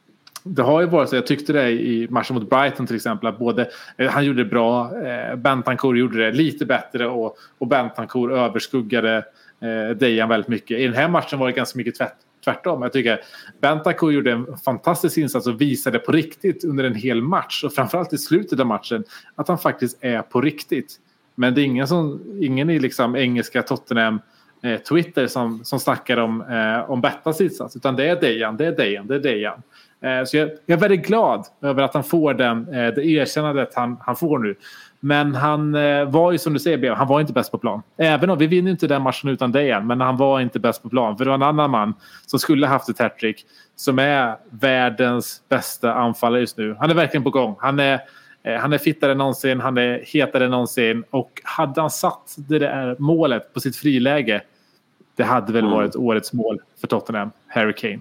S3: det har ju varit så, jag tyckte det i matchen mot Brighton till exempel, att både eh, han gjorde det bra, eh, Bentancur gjorde det lite bättre och, och Bentancur överskuggade eh, Dejan väldigt mycket. I den här matchen var det ganska mycket tvärt, tvärtom. Jag tycker Bentancur gjorde en fantastisk insats och visade på riktigt under en hel match, och framförallt i slutet av matchen att han faktiskt är på riktigt. Men det är ingen, som, ingen i liksom engelska Tottenham eh, Twitter som, som snackar om, eh, om Bettas insats, utan det är Dejan, det är Dejan, det är Dejan. Så jag, jag är väldigt glad över att han får den, det erkännandet han, han får nu. Men han var ju, som du säger, han var inte bäst på plan. Även om vi vinner inte den matchen utan Dejan, men han var inte bäst på plan. För det var en annan man som skulle haft ett hattrick, som är världens bästa anfallare just nu. Han är verkligen på gång. Han är, han är fittare än någonsin, han är hetare än någonsin. Och hade han satt det där målet på sitt friläge, det hade väl varit årets mål för Tottenham, Harry Kane.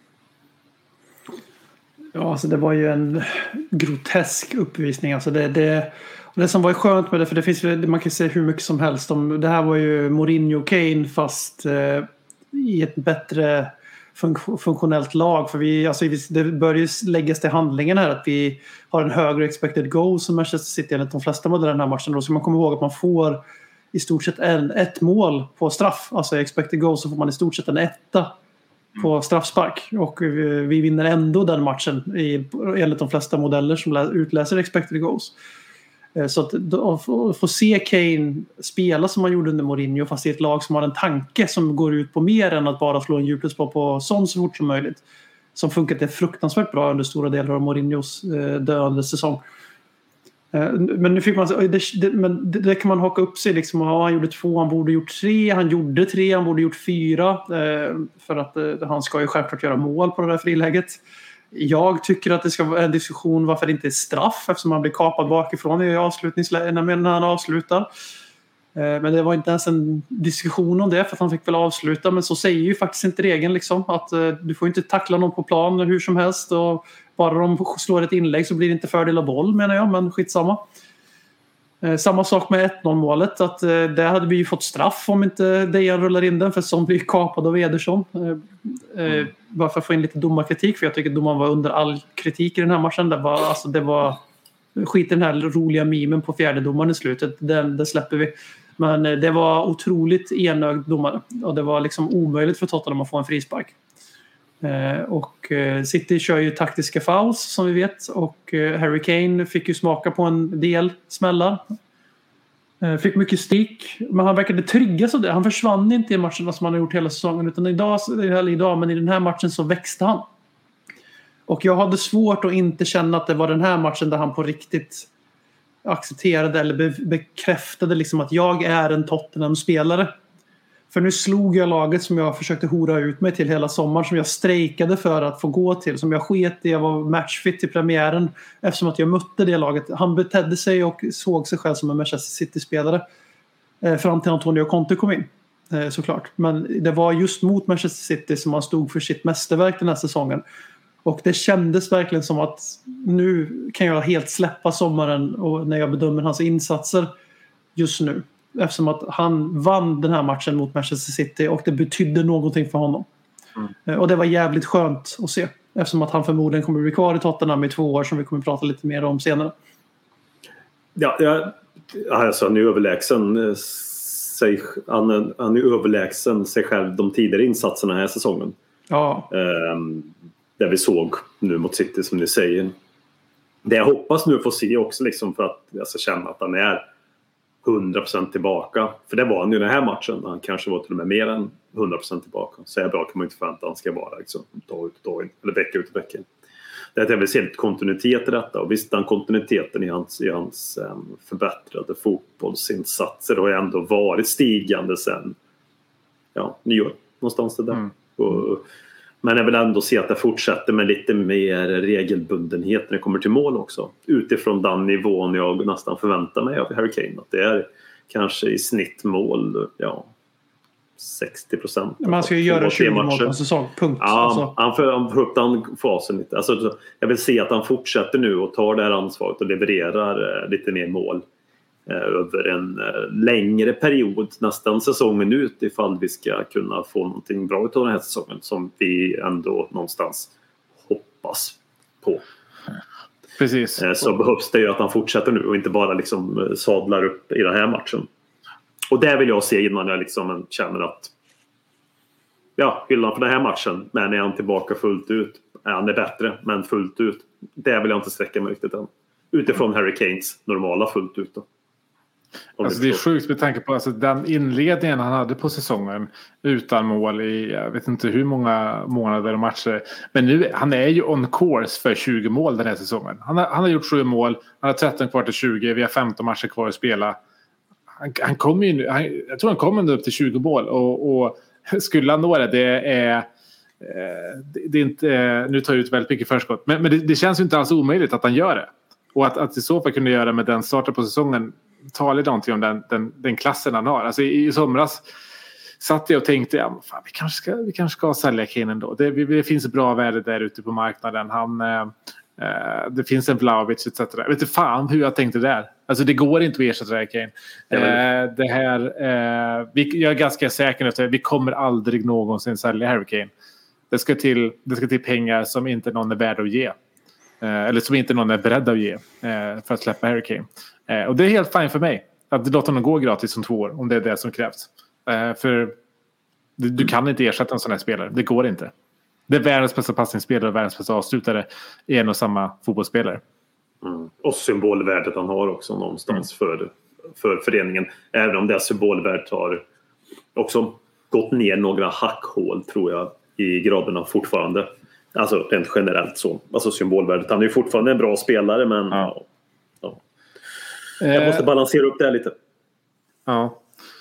S4: Ja, alltså det var ju en grotesk uppvisning. Alltså det, det, och det som var skönt med det, för det finns, man kan säga hur mycket som helst om, det här var ju Mourinho Kane fast eh, i ett bättre fun- funktionellt lag. För vi, alltså, det bör ju läggas till handlingen här att vi har en högre expected goal som Manchester City enligt de flesta modeller den här matchen. Då ska man komma ihåg att man får i stort sett en, ett mål på straff. Alltså expected goal, så får man i stort sett en etta på straffspark, och vi, vi vinner ändå den matchen i, enligt de flesta modeller som lä, utläser expected goals. Eh, så att då, få, få se Kane spela som man gjorde under Mourinho, fast i ett lag som har en tanke som går ut på mer än att bara slå en djupledsboll på sån så fort som möjligt, som funkat det fruktansvärt bra under stora delar av Mourinhos eh, döende säsong. Men nu fick man, det, det, men det, det kan man haka upp sig liksom. Ja, han gjorde två, han borde gjort tre, han gjorde tre, han borde gjort fyra, eh, för att eh, han ska ju självklart göra mål på det där friläget. Jag tycker att det ska vara en diskussion varför det inte är straff, eftersom han blir kapad bakifrån i avslutningsläget när han avslutar. Men det var inte ens en diskussion om det för att han fick väl avsluta. Men så säger ju faktiskt inte regeln liksom. Att du får inte tackla någon på plan hur som helst. Och bara de slår ett inlägg så blir det inte fördel av boll menar jag. Men skitsamma. Samma sak med ett noll målet. Att där hade vi ju fått straff om inte Dejan rullar in den. För som blir kapad av Ederson. Mm. Bara för att få in lite domarkritik. För jag tycker att domaren var under all kritik i den här matchen. Det var... Alltså, det var skit i den här roliga mimen på fjärde domaren i slutet. Den, den släpper vi. Men det var otroligt enögd domare. Och det var liksom omöjligt för Tottenham att få en frispark. Eh, och eh, City kör ju taktiska fouls som vi vet. Och eh, Harry Kane fick ju smaka på en del smällar. Eh, fick mycket stick. Men han verkade tryggast av det. Han försvann inte i matcherna som han har gjort hela säsongen. Utan idag, eller idag, men i den här matchen så växte han. Och jag hade svårt att inte känna att det var den här matchen där han på riktigt accepterade eller be- bekräftade liksom att jag är en Tottenham-spelare. För nu slog jag laget som jag försökte hora ut mig till hela sommaren, som jag strejkade för att få gå till, som jag sket i, jag var matchfit i premiären eftersom att jag mötte det laget. Han betedde sig och såg sig själv som en Manchester City-spelare eh, fram till Antonio Conte kom in, eh, såklart. Men det var just mot Manchester City som han stod för sitt mästerverk den här säsongen. Och det kändes verkligen som att nu kan jag helt släppa sommaren och när jag bedömer hans insatser just nu. Eftersom att han vann den här matchen mot Manchester City och det betydde någonting för honom. Mm. Och det var jävligt skönt att se. Eftersom att han förmodligen kommer bli kvar i Tottenham i två år som vi kommer prata lite mer om senare.
S5: Ja, jag, alltså han är överlägsen sig, han är, han är överlägsen sig själv de tidigare insatserna här säsongen. Ja. Um, det vi såg nu mot City som ni säger. Det jag hoppas nu få se också liksom för att jag ska känna att han är hundra procent tillbaka. För det var han ju den här matchen. Han kanske var till och med mer än hundra procent tillbaka. Så bra kan man inte förvänta att han ska vara liksom, dag ut och dag in. Eller vecka ut och vecka in. Det är att jag vill se lite kontinuitet i detta. Och visst, den kontinuiteten i hans, i hans um, förbättrade fotbollsinsatser har ju ändå varit stigande sen ja, nyår. Någonstans det där. Mm. Och, men jag vill ändå se att det fortsätter med lite mer regelbundenhet när det kommer till mål också. Utifrån den nivån jag nästan förväntar mig av Harry Kane. Att det är kanske i snittmål ja, sextio procent.
S4: Man ska ju göra tjugo mål på en säsong, punkt.
S5: Ja, alltså. han får upp den fasen lite. Alltså, jag vill se att han fortsätter nu och tar det här ansvaret och levererar eh, lite mer mål. Eh, över en eh, längre period, nästan säsongen ut, ifall vi ska kunna få någonting bra ut av den här säsongen som vi ändå någonstans hoppas på.
S3: Precis.
S5: Eh, så behövs det ju att han fortsätter nu och inte bara liksom sadlar upp i den här matchen. Och det vill jag se innan jag liksom känner att ja, hyllan för den här matchen, men är han tillbaka fullt ut, är han är bättre, men fullt ut, det vill jag inte sträcka mig riktigt än. Utifrån Harry Kanes normala fullt ut då.
S3: Alltså det är sjukt med tanke på alltså, den inledningen han hade på säsongen utan mål i jag vet inte hur många månader och matcher. Men nu, han är ju on course för tjugo mål den här säsongen. Han har, han har gjort sju mål, han har tretton kvar till tjugo, vi har femton matcher kvar att spela. Han, han kommer ju, han, jag tror han kommer upp till tjugo mål och, och skulle han nå det, det är det, det är inte, nu tar jag ut väldigt mycket förskott. Men, men det, det känns ju inte alls omöjligt att han gör det. Och att, att i så fall kunna göra det med den starten på säsongen talar någonting om den, den, den klassen han har. Alltså i, i somras satt jag och tänkte ja, fan, vi, kanske ska, vi kanske ska sälja Kane ändå. Det, det finns ett bra värde där ute på marknaden. Han, eh, det finns en Vlahovic et cetera. Jag vet inte fan hur jag tänkte där. Alltså det går inte att ersätta det här Kane. Eh, det här, eh, vi, jag är ganska säker på att vi kommer aldrig någonsin sälja Harry Kane. Det ska till, det ska till pengar som inte någon är värd att ge. Eh, eller som inte någon är beredd att ge eh, för att släppa Harry Kane. Eh, och det är helt fint för mig att låta honom gå gratis om två år om det är det som krävs. Eh, för du, du kan inte ersätta en sån här spelare. Det går inte. Det är världens bästa passningsspelare och världens bästa avslutare i en och samma fotbollsspelare.
S5: Mm. Och symbolvärdet han har också någonstans mm. för, för föreningen. Även om det symbolvärdet har också gått ner några hackhål tror jag i graderna fortfarande. Alltså rent generellt så. Alltså symbolvärdet. Han är ju fortfarande en bra spelare men ja. Ja. Jag måste balansera upp det här lite.
S3: Ja.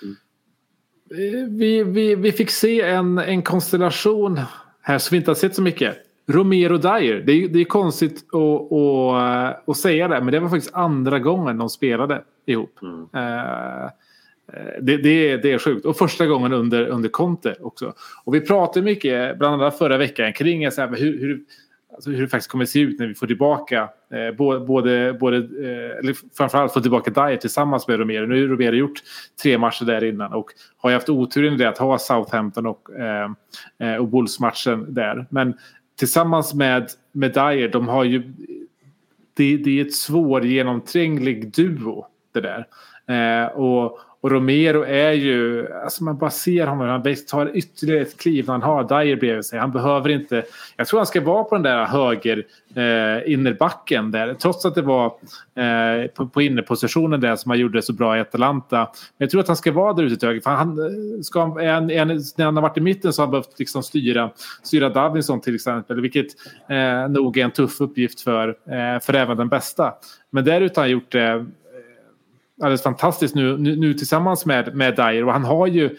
S3: Mm. Vi, vi, vi fick se en, en konstellation här som vi inte har sett så mycket. Romero Dyer. Det är, det är konstigt att, att, att säga det. Men det var faktiskt andra gången de spelade ihop. Mm. Uh, Det, det, det är sjukt. Och första gången under, under Conte också. Och vi pratade mycket, bland annat förra veckan, kring så här, hur, hur, alltså hur det faktiskt kommer att se ut när vi får tillbaka eh, både, både eh, eller framförallt få tillbaka Dyer tillsammans med Romero. Nu har Romero gjort tre matcher där innan och har ju haft oturen i det att ha Southampton och, eh, och Bulls-matchen där. Men tillsammans med, med Dyer, de har ju det, det är ett svårgenomtränglig duo det där. Eh, och Och Romero är ju, alltså man bara ser honom, han tar ytterligare ett kliv när han har Dyer bredvid sig. Han behöver inte, jag tror han ska vara på den där höger eh, innerbacken där. Trots att det var eh, på, på innerpositionen där som han gjorde så bra i Atalanta. Men jag tror att han ska vara där ute till höger. För han, ska, är han, är han, när han har varit i mitten så har han behövt liksom styra, styra Davinson till exempel. Vilket eh, nog är en tuff uppgift för, eh, för även den bästa. Men därute har han gjort det eh, alldeles fantastiskt nu, nu, nu tillsammans med, med Dyer. Och han har ju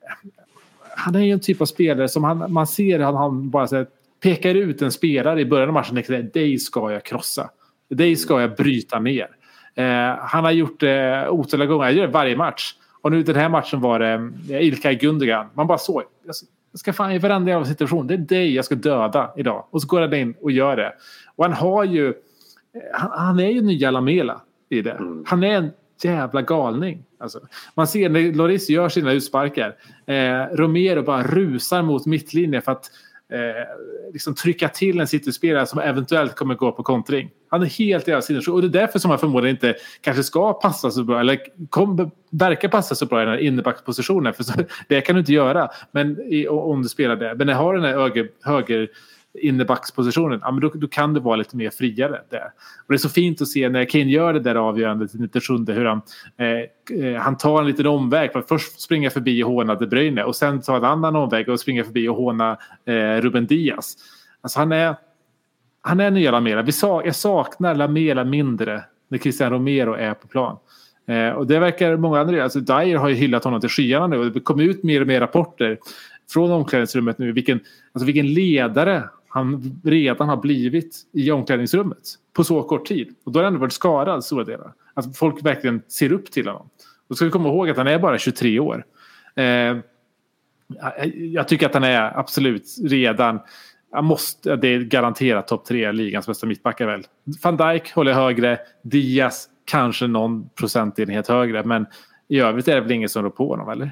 S3: han är ju en typ av spelare som han, man ser han, han bara så här, pekar ut en spelare i början av matchen och säger dig ska jag krossa. Dig ska jag bryta ner. Eh, han har gjort det eh, otaliga gånger. Han gör det varje match. Och nu den här matchen var det eh, Ilkay Gundogan. Man bara såg jag ska, jag ska fan i varenda jävla situation. Det är dig jag ska döda idag. Och så går han in och gör det. Och han har ju eh, han, han är ju nya Lamela i det. Han är en jävla galning. Alltså, man ser när Lloris gör sina utsparkar. Eh, Romero bara rusar mot mittlinjen för att eh, liksom trycka till en City-spelare som eventuellt kommer gå på kontring. Han är helt jävla sinnessjuk. Och det är därför som han förmodligen inte kanske ska passa så bra. Eller kom, verkar passa så bra i den här innerbackspositionen. För så, det kan du inte göra. Men i, om du spelar det. Men när du har den här höger, höger innerbackspositionen, ja, men då, då kan det vara lite mer friare där. Och det är så fint att se när Kane gör det där avgörande till nittiosju hur han, eh, han tar en liten omväg för att först springa förbi och håna De Bruyne och sen tar en annan omväg och springa förbi och håna eh, Ruben Diaz. Alltså han är han är nya Lamela. Vi sa, jag saknar Lamela mindre när Christian Romero är på plan. Eh, och det verkar många andra, alltså Dyer har ju hyllat honom till skyarna nu och det kommer ut mer och mer rapporter från omklädningsrummet nu vilken, alltså vilken ledare han redan har blivit i omklädningsrummet på så kort tid. Och då har han ändå varit skadad stora delar. Alltså folk verkligen ser upp till honom. Då ska vi komma ihåg att han är bara tjugotre år. Eh, jag tycker att han är absolut redan, jag måste, det är garanterat topp tre ligans bästa mittbackar väl. Van Dijk håller högre, Diaz kanske någon procentenhet högre, men i övrigt är det väl ingen som rår på honom, eller?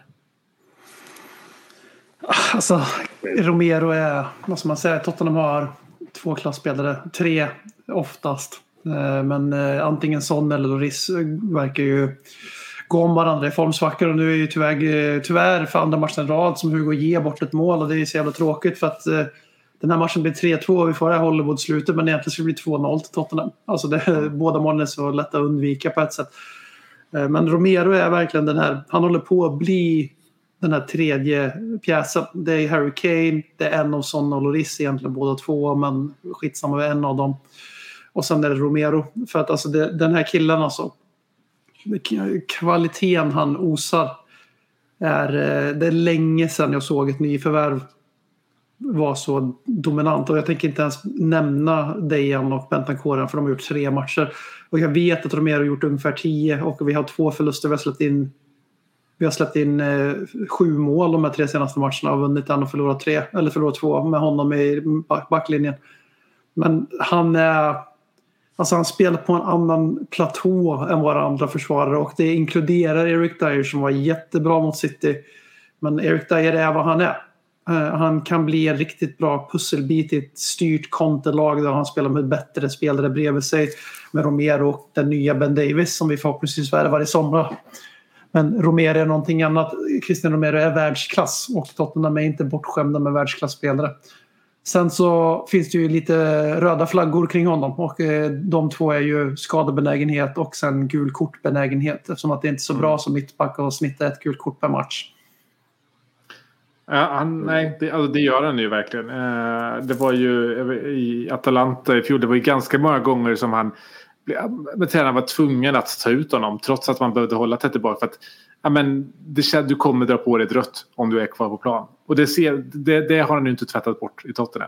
S4: Alltså, Romero är, vad ska man säga, Tottenham har två klassspelare, tre oftast. Men antingen Son eller Lloris verkar ju gå om varandra i formsvackor. Och nu är ju tyvärr, tyvärr för andra matchen rad som Hugo ger bort ett mål. Och det är så jävla tråkigt för att den här matchen blir tre två och vi får det här Hollywood-slutet. Men egentligen skulle det bli två noll till Tottenham. Alltså det, båda målen är så lätta att undvika på ett sätt. Men Romero är verkligen den här, han håller på att bli den här tredje pjäsen. Det är Harry Kane, det är en av Son och Lloris egentligen båda två, men skitsamma med en av dem. Och sen är det Romero. För att alltså det, den här killen alltså, kvaliteten han osar är, det är länge sedan jag såg ett nyförvärv var så dominant. Och jag tänker inte ens nämna Dejan och Bentancur för de har gjort tre matcher. Och jag vet att Romero har gjort ungefär tio och vi har två förluster. Vi har släppt in Vi har släppt in eh, sju mål de här tre senaste matcherna och vunnit en och förlorat tre, eller förlorat två med honom i backlinjen. Men han är, alltså han spelar på en annan platå än våra andra försvarare och det inkluderar Eric Dyer som var jättebra mot City. Men Eric Dyer är vad han är. Uh, han kan bli en riktigt bra pusselbit i ett styrt konterlag där han spelar med bättre spelare bredvid sig med Romero och den nya Ben Davis som vi förhoppningsvis värvar i sommar. Men Romero är någonting annat. Christian Romero är världsklass och Tottenham är inte bortskämda med världsklasspelare. Sen så finns det ju lite röda flaggor kring honom och de två är ju skadebenägenhet och sen gulkortbenägenhet eftersom att det är inte är så bra som mittback att snitta ett gult kort per match.
S3: Ja, han, nej, det, alltså det gör han ju verkligen. Eh, det var ju i Atalanta i fjol, det var ju ganska många gånger som han men tränaren var tvungen att ta ut honom trots att man behövde hålla tätt tillbaka för att ja, men det, du kommer dra på dig ett rött om du är kvar på plan. Och det, ser, det, det har han ju inte tvättat bort i Tottenham.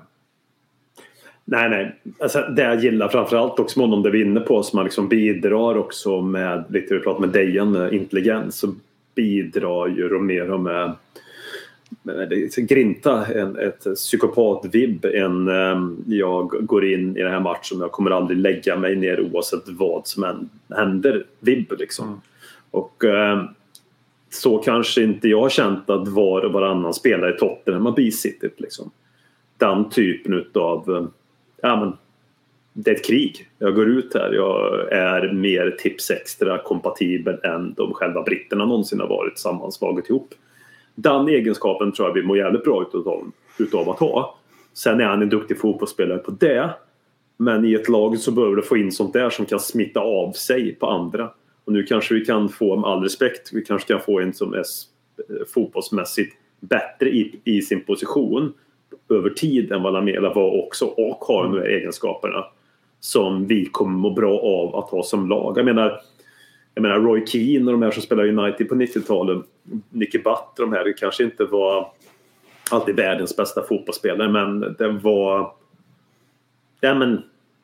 S5: Nej, nej. Alltså, det jag gillar framförallt också med honom det vi är inne på som man liksom bidrar också med lite vi pratar med Dejan intelligens så bidrar ju Romero med, med det, grinta, en, ett psykopat-vibb. En, um, jag går in i den här matchen och jag kommer aldrig lägga mig ner oavsett vad som än händer, vibb liksom. Mm. Och um, så kanske inte jag har känt att var och varannan spelare i Tottenham har bisittit liksom. Den typen av ja men det är ett krig. Jag går ut här, jag är mer tips extra kompatibel än de själva britterna någonsin har varit sammanslaget ihop. Den egenskapen tror jag vi mår jävligt bra utav, utav att ha. Sen är han en duktig fotbollsspelare på det, men i ett lag så behöver du få in sånt där som kan smitta av sig på andra. Och nu kanske vi kan få, med all respekt, vi kanske kan få en som är fotbollsmässigt bättre i, i sin position över tid än vad Lamela var också, och har de här egenskaperna som vi kommer må bra av att ha som lag. Jag menar, jag menar Roy Keane och de här som spelar United på nittiotalet, Nicky Butt, de här kanske inte var alltid världens bästa fotbollsspelare, men det var ja men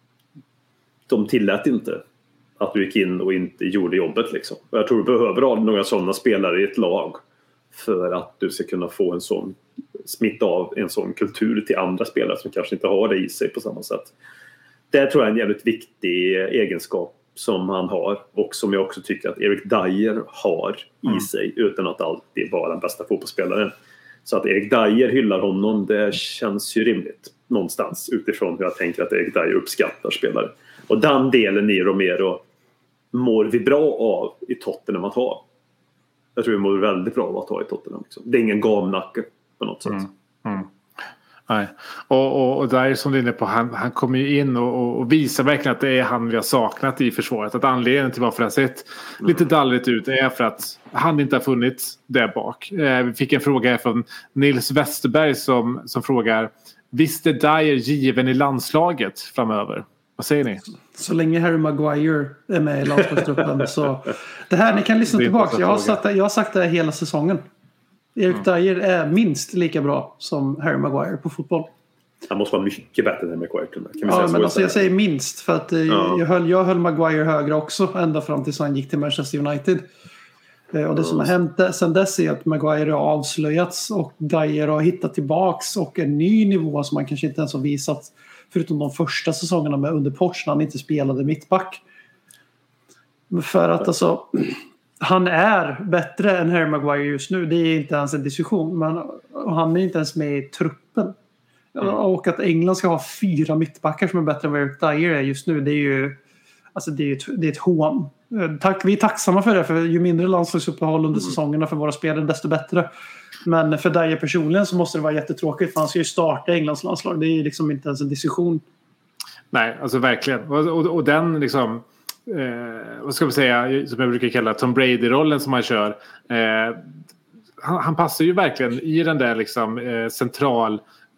S5: de tillät inte att du gick in och inte gjorde jobbet liksom. Jag tror du behöver ha några sådana spelare i ett lag för att du ska kunna få en sån smitta av en sån kultur till andra spelare som kanske inte har det i sig på samma sätt. Det tror jag är en jävligt viktig egenskap som han har, och som jag också tycker att Eric Dyer har i mm. sig, utan att alltid vara den bästa fotbollsspelaren. Så att Eric Dyer hyllar honom, det känns ju rimligt någonstans utifrån hur jag tänker att Eric Dyer uppskattar spelare. Och den delen i Romero mår vi bra av i Tottenham att ha. Jag tror vi mår väldigt bra av att ha i Tottenham. Liksom. Det är ingen gamnacke på något sätt.
S3: Mm. Mm. Nej. Och, och, och där som du är inne på, han, han kommer ju in och, och visar verkligen att det är han vi har saknat i försvaret. Att anledningen till varför det har sett mm. lite dallrigt ut är för att han inte har funnits där bak. Eh, vi fick en fråga här från Nils Westerberg som, som frågar: visst är Dyer given i landslaget framöver? Vad säger ni?
S4: Så länge Harry Maguire är med i landslagstruppen så det här, ni kan lyssna tillbaka. Jag har, sagt, jag har sagt det här hela säsongen. Eric mm. Dyer är minst lika bra som Harry Maguire på fotboll.
S5: Han måste vara mycket bättre än Maguire. Kan vi
S4: ja,
S5: säga
S4: men alltså jag säger minst för att ja. jag, höll, jag höll Maguire högre också ända fram tills han gick till Manchester United. Och det mm. som har hänt sen dess är att Maguire har avslöjats och Dyer har hittat tillbaks och en ny nivå som man kanske inte ens har visat förutom de första säsongerna med under Porsche när han inte spelade mittback. För att alltså han är bättre än Harry Maguire just nu. Det är inte ens en diskussion. Men han är inte ens med i truppen. Mm. Och att England ska ha fyra mittbackar som är bättre än vad Eric Dyer är just nu. Det är ju alltså det är ett, det är ett hån. Tack, vi är tacksamma för det. För ju mindre landslagsuppehåll under mm. säsongerna för våra spelare desto bättre. Men för Dyer personligen så måste det vara jättetråkigt. För han ska ju starta Englands landslag. Det är ju liksom inte ens en diskussion.
S3: Nej, alltså verkligen. Och, och, och den liksom... Eh, vad ska man säga, som jag brukar kalla Tom Brady-rollen som han kör, eh, han, han passar ju verkligen i den där liksom, eh, central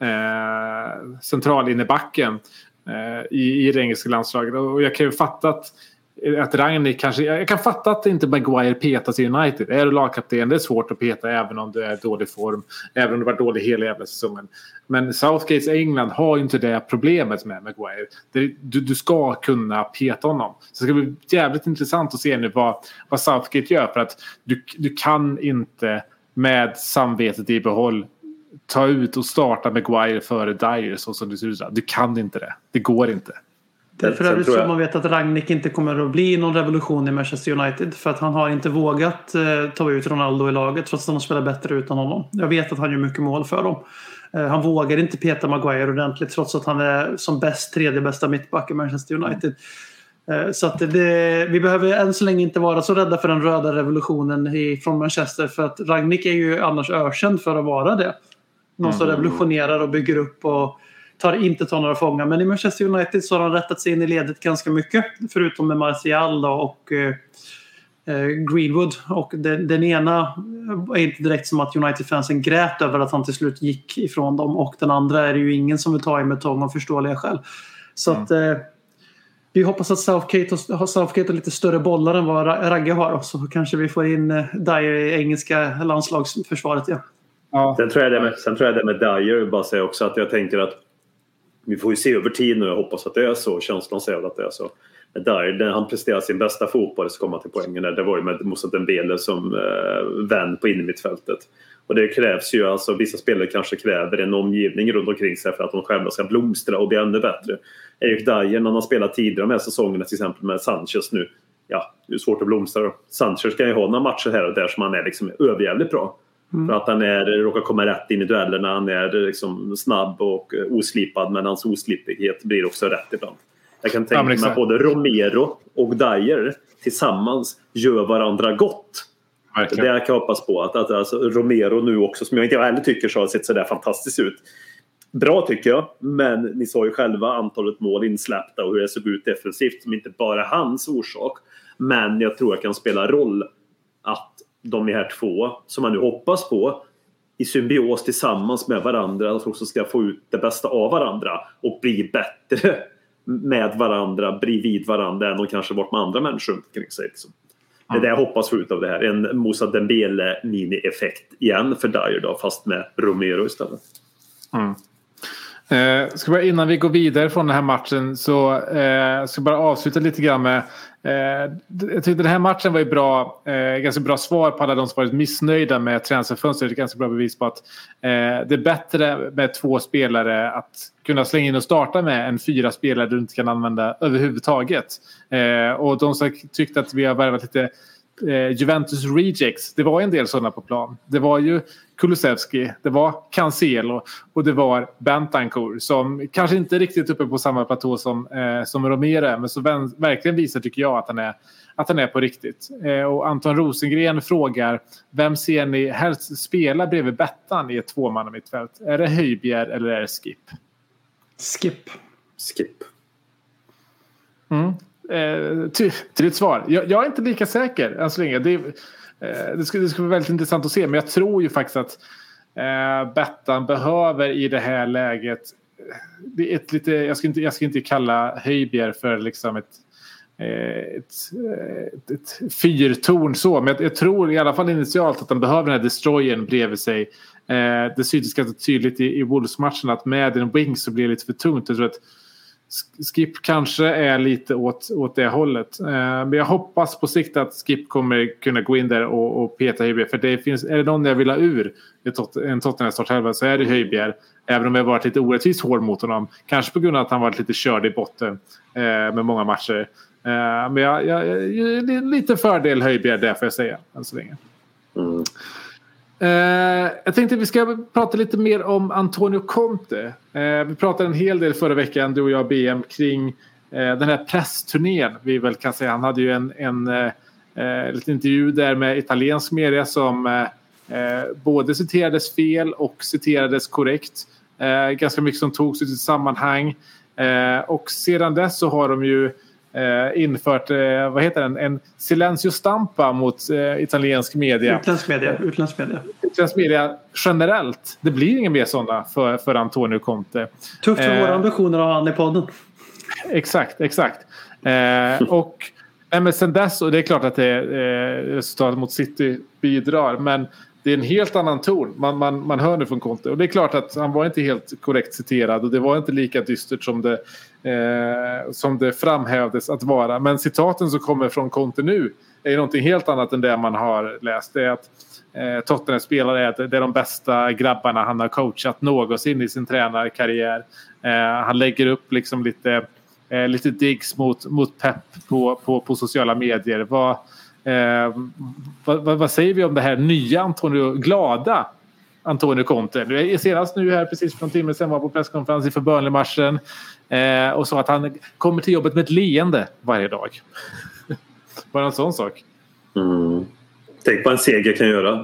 S3: eh, central innebacken eh, i, i det engelska landslaget, och jag kan ju fatta att att Rangnick kanske, jag kan fatta att inte Maguire petas i United. Är du lagkapten, det är svårt att peta även om du är i dålig form, även om du var dålig hela jävla säsongen. Men Southgates England har ju inte det problemet med Maguire. Det, du, du ska kunna peta honom. Så det ska bli jävligt intressant att se nu vad, vad Southgate gör, för att du, du kan inte med samvetet i behåll ta ut och starta Maguire före Dyer så som det ser ut. Du kan inte det. Det går inte.
S4: Därför är det så man vet att Rangnick inte kommer att bli någon revolution i Manchester United. För att han har inte vågat eh, ta ut Ronaldo i laget trots att de spelar bättre utan honom. Jag vet att han gör mycket mål för dem. Eh, han vågar inte peta Maguire ordentligt trots att han är som bäst tredje bästa mittback i Manchester United. Eh, så att det, vi behöver än så länge inte vara så rädda för den röda revolutionen i, från Manchester. För att Rangnick är ju annars ökänd för att vara det. Någon som mm. revolutionerar och bygger upp och tar inte tar några fångar. Men i Manchester United så har han rättat sig in i ledet ganska mycket. Förutom med Martial då, och eh, Greenwood. Och den, den ena är inte direkt som att United-fansen grät över att han till slut gick ifrån dem. Och den andra är det ju ingen som vill ta i med tång av förståeliga skäl. Så mm. att eh, vi hoppas att Southgate har Southgate har lite större bollar än vad Ragge har. Och så kanske vi får in eh, Dyer i engelska landslagsförsvaret. Ja.
S5: Ja. Sen tror jag det med, sen tror jag det med Dyer bara säga också att jag tänker att vi får ju se över tid nu, jag hoppas att det är så, känslan säger att det är så. Där, när han presterade sin bästa fotboll så kom han till poängen där. Det var ju med Moussa Dembele som eh, vän på innermittfältet. Och det krävs ju, alltså vissa spelare kanske kräver en omgivning runt omkring sig för att de själva ska blomstra och bli ännu bättre. Erik Dyer, när han spelar tidigare med säsongerna, till exempel med Sanchez nu, ja, det är svårt att blomstra då. Sanchez kan ju ha några matcher här och där som han är liksom överjävligt bra. Mm. För att han är, råkar komma rätt in i duellerna, han är liksom snabb och oslipad, men hans oslipighet blir också rätt ibland. Jag kan tänka mig att både Romero och Dyer tillsammans gör varandra gott. Verkligen. Det jag kan hoppas på att, att alltså, Romero nu också, som jag inte heller tycker så har sett så där fantastiskt ut. Bra tycker jag, men ni sa ju själva antalet mål insläppta och hur det såg ut defensivt som inte bara hans orsak. Men jag tror jag kan spela roll att de här två, som man nu hoppas på, i symbios tillsammans med varandra, att också ska få ut det bästa av varandra och bli bättre med varandra, bredvid varandra än de kanske varit med andra människor kring sig. Liksom. Det är det jag hoppas få ut av det här. En Moussa Dembele mini-effekt igen för Dyer då, fast med Romero istället.
S3: Mm. Eh, ska bara, innan vi går vidare från den här matchen så eh, ska jag bara avsluta lite grann med eh, jag tyckte den här matchen var ju bra, eh, ganska bra svar på alla de som varit missnöjda med transferfönstret. Det är ganska bra bevis på att eh, det är bättre med två spelare att kunna slänga in och starta med än fyra spelare du inte kan använda överhuvudtaget. Eh, och de som tyckte att vi har värvat lite eh, Juventus rejects, det var en del sådana på plan. Det var ju Kulusevski, det var Cancelo och det var Bentancur som kanske inte riktigt uppe på samma platå som, eh, som Romero, men som vän, verkligen visar tycker jag att han är, att han är på riktigt. Eh, och Anton Rosengren frågar, vem ser ni helst spela bredvid Bettan i ett tvåmannamittfält? Är det Højbjerg eller är det Skip?
S4: Skip.
S5: Skip.
S3: Mm. Eh, till, till ett svar. Jag, jag är inte lika säker än så länge. Det, eh, det, skulle, det skulle vara väldigt intressant att se. Men jag tror ju faktiskt att eh, Bettan behöver i det här läget det är ett lite, jag ska inte, jag ska inte kalla Højbjerg för liksom ett Ett, ett, ett fyrtorn så, men jag, jag tror i alla fall initialt att han behöver den här destroyern bredvid sig. Eh, det syntes ganska tydligt i, i Wolves-matchen att med en wing så blir det lite för tungt. Jag tror att Skip kanske är lite åt, åt det hållet. Eh, men jag hoppas på sikt att Skip kommer kunna gå in där och, och peta Højbjerg, för det finns, är det någon jag vill ha ur tot, en Tottenham startelva så är det Højbjerg, även om jag varit lite orättvist hård mot honom, kanske på grund av att han varit lite körd i botten eh, med många matcher. Uh, men jag, jag, jag, lite fördel Højbjerg där får jag säga än så länge. Mm. Uh, jag tänkte vi ska prata lite mer om Antonio Conte. Uh, vi pratade en hel del förra veckan, du och jag B M, kring uh, den här pressturnén. Vi väl kan säga, han hade ju en, en uh, uh, liten intervju där med italiensk media som uh, uh, både citerades fel och citerades korrekt. Uh, ganska mycket som togs ut i sammanhang. Uh, och sedan dess så har de ju Eh, infört, eh, vad heter den? En silencio stampa mot eh, italiensk media.
S4: Utländsk media. Utländsk media.
S3: Utländsk media generellt. Det blir inga mer sådana för, för Antonio Conte.
S4: Tufft för eh, våra ambitioner att ha han i podden.
S3: Exakt, exakt. Eh, och eh, men sen dess, och det är klart att det eh, resultatet mot City bidrar, men det är en helt annan ton. Man, man, man hör nu från Conte. Och det är klart att han var inte helt korrekt citerad. Och det var inte lika dystert som det, eh, som det framhävdes att vara. Men citaten som kommer från Conte nu är någonting helt annat än det man har läst. Det är att eh, Tottenham spelare är, det är de bästa grabbarna han har coachat någonsin i sin tränarkarriär. Eh, han lägger upp liksom lite, eh, lite digs mot, mot Pep på, på, på sociala medier. Vad... Eh, vad, vad, vad säger vi om det här nya Antonio, glada Antonio Conte? Nu är senast nu här precis för en timme sedan var på presskonferens inför Burnley-matchen eh, och sa att han kommer till jobbet med ett leende varje dag. Bara en sån sak.
S5: Mm. Tänk vad en seger kan göra.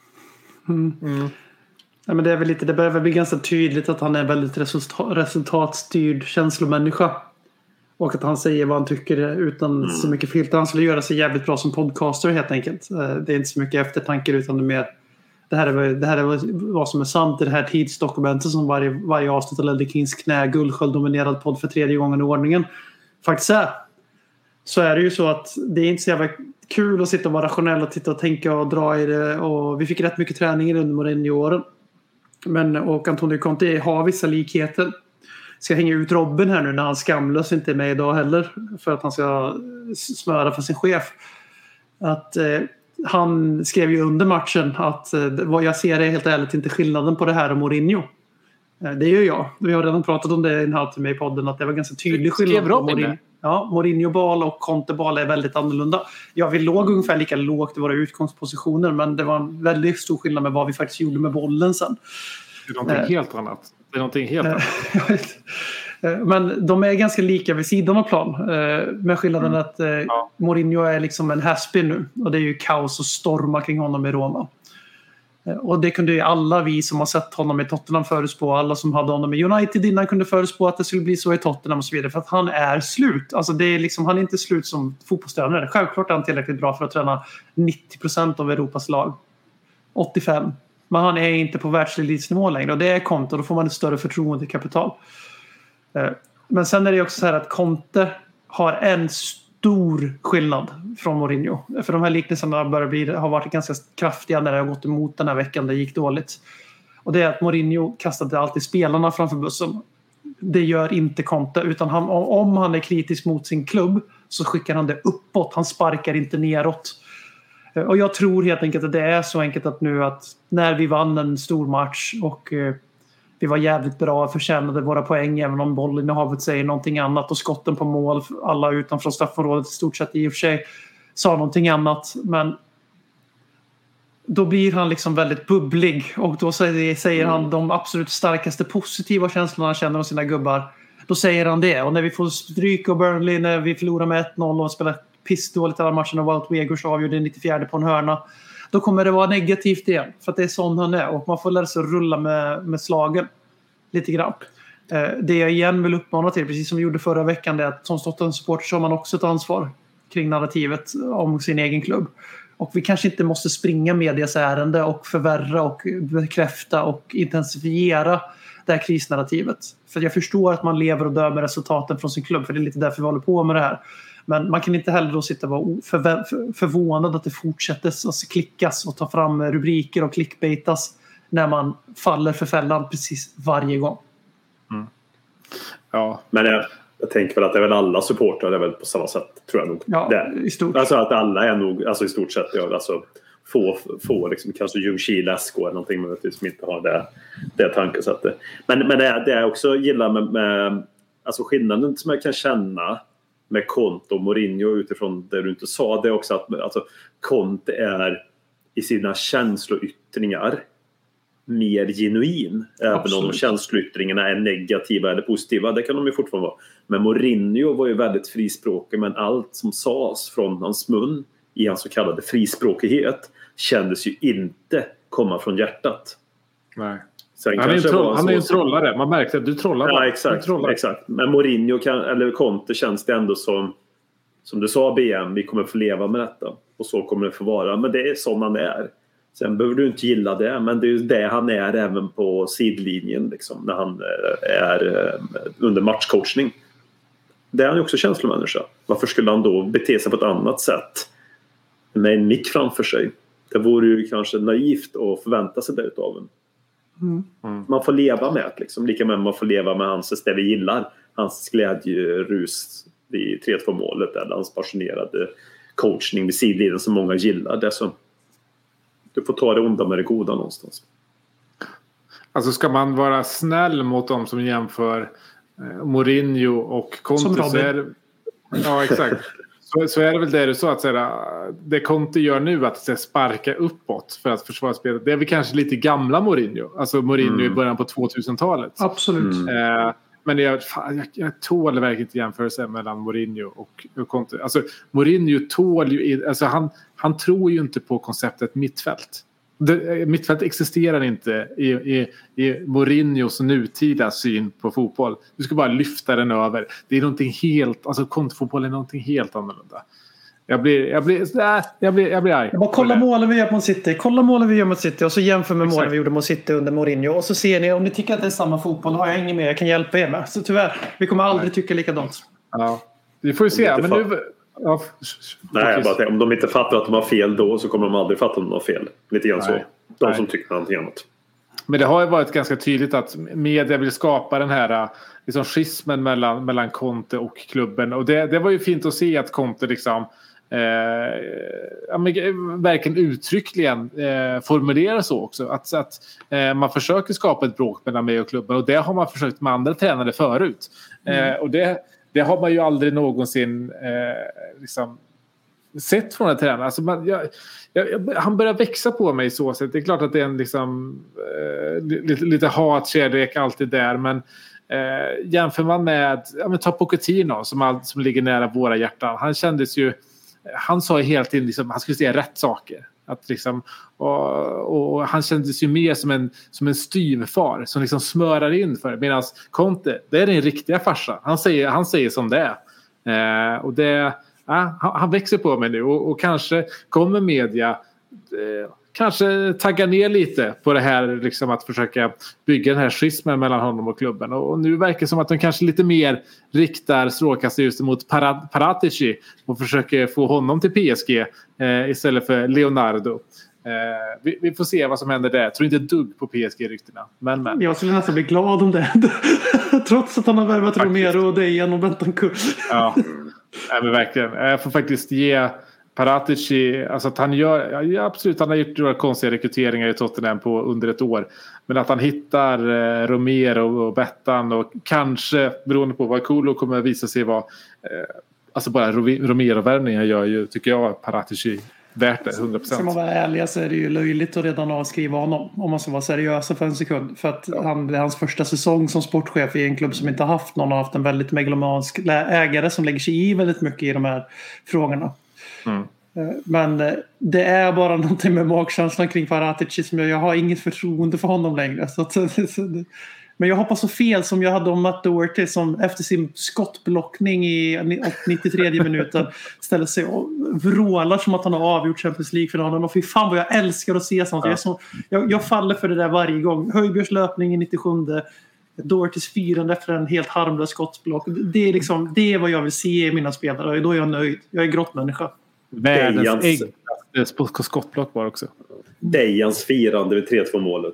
S4: Mm. Mm. Ja, men det är väl lite, det börjar väl bli ganska tydligt att han är väldigt resultat, resultatstyrd känslomänniska. Och att han säger vad han tycker utan mm. så mycket filter. Han skulle göra sig jävligt bra som podcaster helt enkelt. Det är inte så mycket eftertanke utan det är mer... Det här är, det här är vad som är sant i det här tidsdokumentet som varje, varje avsnitt av Ledley Kings knä Guldskjöld dominerad podd för tredje gången i ordningen faktiskt är. Så är det ju så att det är inte så jävla kul att sitta och vara rationell och titta och tänka och dra i det. Och vi fick rätt mycket träning under Mourinho-åren. Men, och Antonio Conte har vissa likheter. ska hänga ut Robin här nu när han skamlös inte är med idag heller för att han ska smöra för sin chef. Att eh, han skrev ju under matchen att eh, vad jag ser är helt ärligt inte skillnaden på det här och Mourinho. Eh, det gör jag. Vi har redan pratat om det i en halvtimme i podden att det var ganska tydlig skillnad på Mourinho. Ja, Mourinho-bal och Conte-bal är väldigt annorlunda. Ja, vi låg ungefär lika lågt i våra utgångspositioner men det var en väldigt stor skillnad med vad vi faktiskt gjorde med bollen sen.
S3: Det är någonting eh. helt annat. Det är någonting helt annat.
S4: Men de är ganska lika vid sidan av plan. Med skillnaden mm. att ja. Mourinho är liksom en haspin nu. Och det är ju kaos och stormar kring honom i Roma. Och det kunde ju alla vi som har sett honom i Tottenham förutspå. Alla som hade honom i United innan kunde förutspå att det skulle bli så i Tottenham och så vidare. För att han är slut. Alltså det är liksom, han är inte slut som fotbollstränare. Självklart är han tillräckligt bra för att träna nittio procent av Europas lag. åttiofem. Men han är inte på världselitsnivå längre. Och det är Conte. Då får man ett större förtroendekapital. Men sen är det också så här att Conte har en stor skillnad från Mourinho. För de här liknelserna börjar bli, har varit ganska kraftiga när det har gått emot den här veckan. Det gick dåligt. Och det är att Mourinho kastade alltid spelarna framför bussen. Det gör inte Conte. Utan han, om han är kritisk mot sin klubb så skickar han det uppåt. Han sparkar inte neråt. Och jag tror helt enkelt att det är så enkelt att nu att när vi vann en stor match och vi var jävligt bra och förtjänade våra poäng även om bollinnehavet säger någonting annat och skotten på mål, alla utanför straffområdet i stort sett i och för sig sa någonting annat, men då blir han liksom väldigt bubblig och då säger, säger mm. han de absolut starkaste positiva känslorna han känner hos sina gubbar. Då säger han det, och när vi får stryk och Burnley, när vi förlorar med ett noll och spelar pissdåligt alla matcherna och Wout Weghorst avgjorde nittiofyra på en hörna, då kommer det vara negativt igen. För att det är sån han är. Och man får lära sig att rulla med, med slagen. Lite grann. Eh, det jag igen vill uppmana till, precis som vi gjorde förra veckan, det är att som Tottenham-supporter så har man också ett ansvar kring narrativet om sin egen klubb. Och vi kanske inte måste springa medias ärende och förvärra och bekräfta och intensifiera det här krisnarrativet. För jag förstår att man lever och dör med resultaten från sin klubb. För det är lite därför vi håller på med det här. Men man kan inte heller då sitta och vara förvä- förvånad att det fortsätter alltså klickas och ta fram rubriker och clickbaitas när man faller för fällan precis varje gång.
S3: Mm. Ja,
S5: men jag, jag tänker väl att det är väl alla supportrar, det är väl på samma sätt, tror jag nog.
S4: Ja,
S5: det.
S4: i stort.
S5: Alltså att alla är nog, alltså i stort sett, ja, alltså få, få liksom, kanske Ljungskile, Läsko eller någonting med, som inte har det, det tankesättet. Men, men det, det jag också gillar med, med alltså skillnaden som jag kan känna med Conte och Mourinho utifrån det du inte sa, det är också att alltså, Conte är i sina känsloyttringar mer genuin. Absolut. Även om känsloyttringarna är negativa eller positiva, det kan de ju fortfarande vara. Men Mourinho var ju väldigt frispråkig, men allt som sades från hans mun i hans så kallade frispråkighet kändes ju inte komma från hjärtat.
S3: Nej. Sen han är, troll, han är en trollare. Man märkte att du trollar.
S5: Ja, exakt, exakt. Men Mourinho kan, eller Conte känns det ändå som som du sa, B M, vi kommer få leva med detta. Och så kommer det få vara. Men det är som han är. Sen behöver du inte gilla det. Men det är ju det han är även på sidlinjen. Liksom, när han är under matchcoachning. Det är han ju också känslomänniska. Varför skulle han då bete sig på ett annat sätt med en mick framför sig? Det vore ju kanske naivt att förvänta sig det utav en. Mm. Mm. Man får leva med det liksom. Lika med man får leva med hans, det vi gillar, hans glädjerus i tre två målet eller hans passionerade coachning vid sidlinjen som många gillar. Det så, du får ta det onda med det goda någonstans.
S3: Alltså ska man vara snäll mot dem som jämför eh, Mourinho och Conte, så är det, ja exakt. Så, så är det väl det du sa, att säga, det Conte gör nu, att säga, sparka uppåt för att försvara spelet. Det är väl kanske lite gamla Mourinho. Alltså Mourinho mm. i början på tvåtusentalet.
S4: Absolut.
S3: Mm. Eh, men jag, fan, jag, jag tål verkligen inte jämförelse mellan Mourinho och, och Conte. Alltså Mourinho tål ju, alltså han, han tror ju inte på konceptet mittfält. Det, mittfält existerar inte i, i, i Mourinhos nutida syn på fotboll. Du ska bara lyfta den över. Det är någonting helt, alltså kontfotboll är någonting helt annorlunda. Jag blir, jag blir, äh, jag blir, jag blir arg.
S4: Jag bara kolla målen vi gör mot City. Kolla målen vi gör mot City och så jämför med målen vi gjorde mot City under Mourinho. Och så ser ni, om ni tycker att det är samma fotboll, har jag ingen mer jag kan hjälpa er med. Så tyvärr, vi kommer aldrig Nej. tycka likadant.
S3: Ja, vi får ju se. Men nu... Ja,
S5: Nej, jag bara tänker, om de inte fattar att de har fel då, så kommer de aldrig fatta att de har fel. Lite grann så. De Nej. som tycker någonting annat.
S3: Men det har ju varit ganska tydligt att media vill skapa den här liksom, schismen mellan, mellan Conte och klubben. Och det, det var ju fint att se att Conte liksom, eh, ja, men, verkligen uttryckligen eh, formulerar så också. Att, att eh, man försöker skapa ett bråk mellan mig och klubben. Och det har man försökt med andra tränare förut. Mm. Eh, och det, det har man ju aldrig någonsin eh, liksom, sett från en tränare. Alltså man, jag, jag, han börjar växa på mig så sätt. Det är klart att det är en liksom, eh, lite, lite hatkärlek alltid där. Men eh, jämför man med ja, men ta Pochettino som, all, som ligger nära våra hjärtan. Han kändes ju, han sa ju hela tiden liksom, han skulle säga rätt saker. Att liksom, och, och han kändes ju mer som en, som en styvfar som liksom smörar in för det. Medan Conte, det är den riktiga farsa. Han säger, han säger som det är. Eh, och det Ja, han växer på mig nu och, och kanske kommer media eh, kanske tagga ner lite på det här liksom att försöka bygga den här schismen mellan honom och klubben. Och, och nu verkar det som att de kanske lite mer riktar strålkastarljuset mot Parad- Paratici och försöker få honom till P S G eh, istället för Leonardo. Eh, vi, vi får se vad som händer där. Jag tror inte ett dugg på P S G-ryktena. Men, men.
S4: Jag skulle nästan bli glad om det. Trots att han har värvat Romero och Dejan och Bentancur.
S3: Ja. Nej, men verkligen. Jag får faktiskt ge Paratici, alltså att han gör, ja, absolut, han har gjort några konstiga rekryteringar i Tottenham på under ett år, men att han hittar eh, Romero och Bettan och kanske, beroende på vad Kolo kommer att visa sig vara, eh, alltså bara Romero-värvningar gör ju, tycker jag, Paratici värt det, hundra procent.
S4: Ska man vara ärlig så är det ju löjligt att redan avskriva honom om man ska vara seriösa för en sekund. För att ja. han, det är hans första säsong som sportchef i en klubb som inte har haft någon, har haft en väldigt megalomansk ägare som lägger sig i väldigt mycket i de här frågorna. Mm. Men det är bara någonting med magkänslan kring Paratici som jag, jag har inget förtroende för honom längre. Så att, men jag hoppas så fel som jag hade om Matt Doherty som efter sin skottblockning i nittiotredje minuten ställer sig och vrålar som att han har avgjort Champions League-finalen. Och fy fan vad jag älskar att se sånt. Ja. Jag, är så, jag, jag faller för det där varje gång. Höjbjergs löpning i nittiosju, Dohertys firande efter en helt harmlös skottblock. Det är, liksom, det är vad jag vill se i mina spelare och då är jag nöjd. Jag är grottmänniska.
S3: Världens ägg på skottblock var också.
S5: Dejans firande vid tre två målet.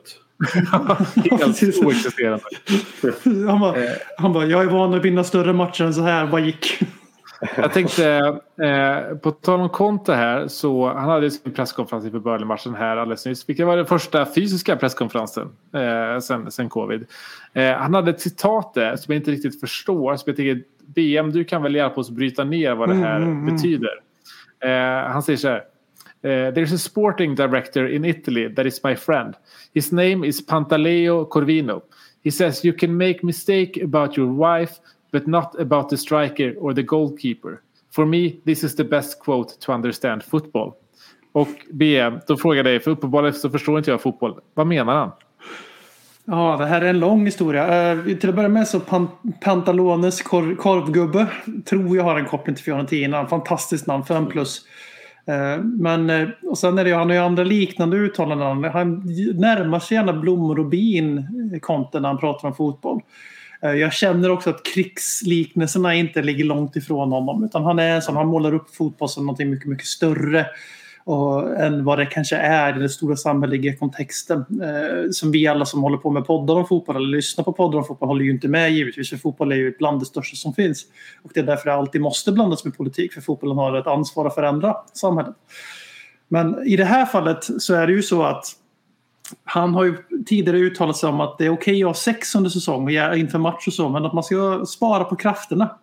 S3: Helt oexisterande.
S4: Han bara, han bara, jag är van att vinna större matcher än så här. Vad gick?
S3: Jag tänkte, eh, på tal om Conte här, så han hade sin presskonferens inför Burnley-matchen här alldeles nyss. Vilket var den första fysiska presskonferensen eh, sen, sen covid. Eh, han hade ett citat där som jag inte riktigt förstår. Så jag tänker, B M, du kan väl hjälpa oss bryta ner vad det här mm, mm, betyder. Eh, han säger så här. Uh, there's a sporting director in Italy that is my friend. His name is Pantaleo Corvino. He says you can make mistake about your wife but not about the striker or the goalkeeper. For me, this is the best quote to understand football. Och B M, då frågar jag dig, för uppenbarligen så förstår inte jag fotboll. Vad menar han?
S4: Ja, det här är en lång historia. Uh, till att börja med så Pan- Pantalones kor- korvgubbe tror jag har en koppling till Fiorentina. Fantastiskt namn, fem plus. Men och sen är det ju, han har ju andra liknande uttalanden. Han närmar sig gärna blommor och bin Conte när han pratar om fotboll. Jag känner också att krigsliknelserna inte ligger långt ifrån honom, utan han är som han målar upp fotboll som något mycket mycket större och, än vad det kanske är i den stora samhälleliga kontexten. Eh, som vi alla som håller på med poddar om fotboll eller lyssnar på poddar om fotboll håller ju inte med givetvis, för fotboll är ju bland det största som finns. Och det är därför det alltid måste blandas med politik, för fotbollen har ett ansvar att förändra samhället. Men i det här fallet så är det ju så att han har ju tidigare uttalat sig om att det är okej att ha sex under säsong och inför match och så, men att man ska spara på krafterna.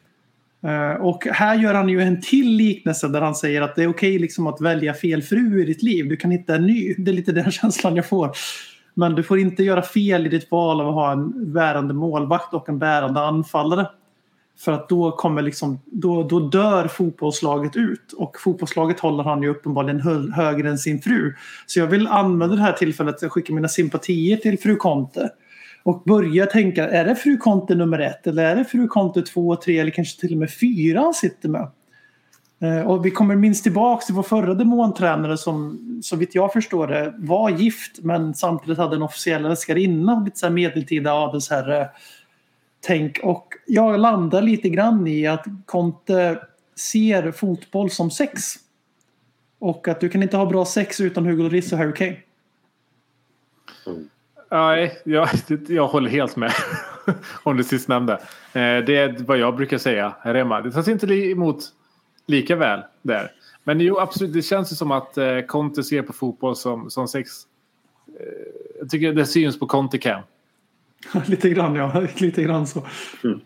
S4: Och här gör han ju en till liknelse där han säger att det är okej liksom att välja fel fru i ditt liv. Du kan hitta en ny. Det är lite den känslan jag får. Men du får inte göra fel i ditt val av att ha en bärande målvakt och en bärande anfallare. För att då kommer liksom, då, då dör fotbollslaget ut. Och fotbollslaget håller han ju uppenbarligen hö- högre än sin fru. Så jag vill använda det här tillfället att skicka mina sympatier till fru Conte. Och börja tänka, är det fru Conte nummer ett? Eller är det fru Conte två, tre eller kanske till och med fyra han sitter med? Eh, och vi kommer minst tillbaka till vår förra demontränare som, så vitt jag förstår det, var gift. Men samtidigt hade en officiell älskarinna. Lite så här medeltida adelsherre. Tänk, och jag landar lite grann i att Conte ser fotboll som sex. Och att du kan inte ha bra sex utan Hugo Lloris och Harry Kane.
S3: Mm. Nej, jag, jag håller helt med om det sistnämnda. Det är vad jag brukar säga här hemma. Det tas inte emot lika väl där. Men jo, absolut, det känns ju som att Conte ser på fotboll som, som sex. Jag tycker det syns på Conte Cam.
S4: Lite grann, ja. Lite grann så.
S5: Mm.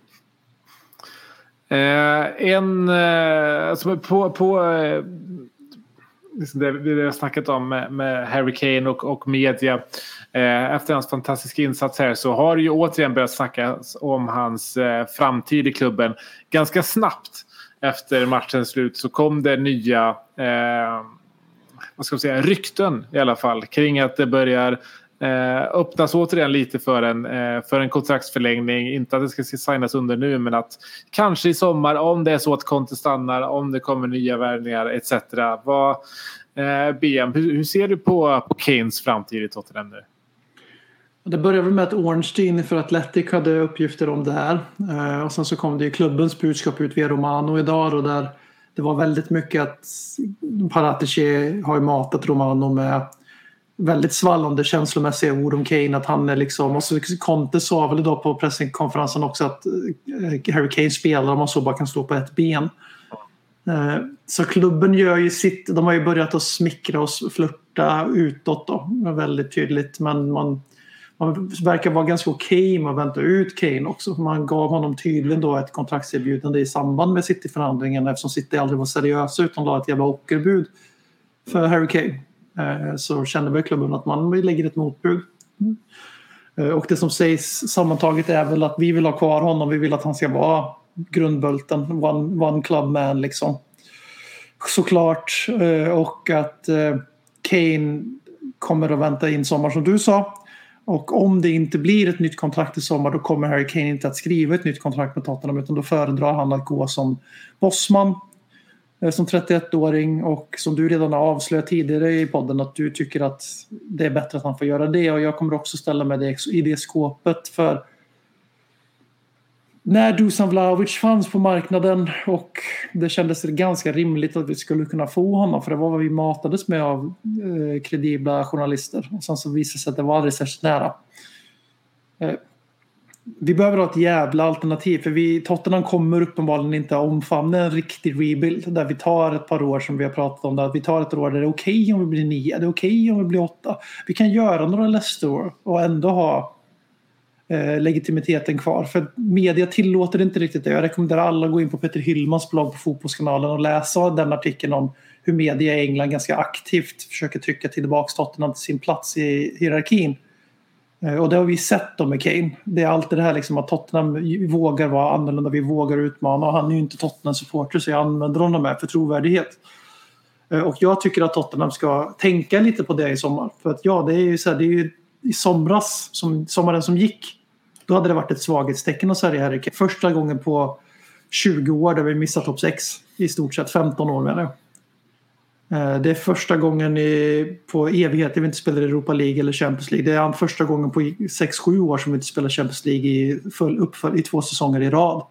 S3: Eh, en eh, alltså på, på eh, det vi har snackat om med, med Harry Kane och, och media eh, efter hans fantastiska insats här, så har det ju återigen börjat snackas om hans eh, framtid i klubben. Ganska snabbt efter matchens slut så kom det nya eh, vad ska man säga, rykten i alla fall kring att det börjar Eh, öppnas återigen lite för en, eh, för en kontraktsförlängning. Inte att det ska signas under nu, men att kanske i sommar, om det är så att Conte stannar, om det kommer nya värvningar et cetera. Vad, eh, B M, hur, hur ser du på, på Kanes framtid i Tottenham nu?
S4: Det började väl med att Ornstein för Athletic hade uppgifter om det här. Eh, och sen så kom det ju klubbens budskap ut via Romano idag, och där det var väldigt mycket att Paratici har ju matat Romano med väldigt svallande känslomässiga ord om Kane, att han är liksom, och så Conte sa väl idag på presskonferensen också att Harry Kane spelar om man så bara kan stå på ett ben. Så klubben gör ju sitt, de har ju börjat att smickra och flirta utåt då, väldigt tydligt, men man, man verkar vara ganska okej med att vänta ut Kane också. Man gav honom tydligen då ett kontraktserbjudande i samband med City-förhandlingen, eftersom City aldrig var seriösa utan la ett jävla ockerbud för Harry Kane. Så känner väl klubben att man lägger ett motbud. Och det som sägs sammantaget är väl att vi vill ha kvar honom. Vi vill att han ska vara grundbulten. One, one club man liksom. Såklart. Och att Kane kommer att vänta in sommar som du sa. Och om det inte blir ett nytt kontrakt i sommar, då kommer Harry Kane inte att skriva ett nytt kontrakt med Tottenham, utan då föredrar han att gå som bossman som trettioett-åring, och som du redan har avslöjat tidigare i podden att du tycker att det är bättre att han får göra det, och jag kommer också ställa mig det i det skåpet, för när Dusan Vlahovic fanns på marknaden och det kändes ganska rimligt att vi skulle kunna få honom, för det var vad vi matades med av eh, kredibla journalister, och sen så visade det sig att det var aldrig särskilt nära. Eh, Vi behöver ha ett jävla alternativ, för vi, Tottenham kommer uppenbarligen inte omfamna en riktig rebuild där vi tar ett par år som vi har pratat om, där vi tar ett år där det är okej okay om vi blir nio, det är okej okay om vi blir åtta. Vi kan göra några Leicester och ändå ha eh, legitimiteten kvar, för media tillåter inte riktigt det. Jag rekommenderar alla att gå in på Peter Hillmans blogg på Fotbollskanalen och läsa den artikeln om hur media i England ganska aktivt försöker trycka tillbaka Tottenham till sin plats i hierarkin. Och det har vi sett då med Kane. Det är alltid det här liksom att Tottenham vågar vara annorlunda, vi vågar utmana, och han är ju inte Tottenham-supporter, så jag använder honom med för trovärdighet. Och jag tycker att Tottenham ska tänka lite på det i sommar. För att ja, det är ju så här, det är ju i somras, som, sommaren som gick, då hade det varit ett svaghetstecken att säga här i Kane. Första gången på tjugo år där vi missat topp sex, i stort sett femton år menar jag. Det är första gången i, på evighet vi inte spelar Europa League eller Champions League. Det är första gången på sex sju år som vi inte spelar Champions League i, full, uppför, i två säsonger i rad.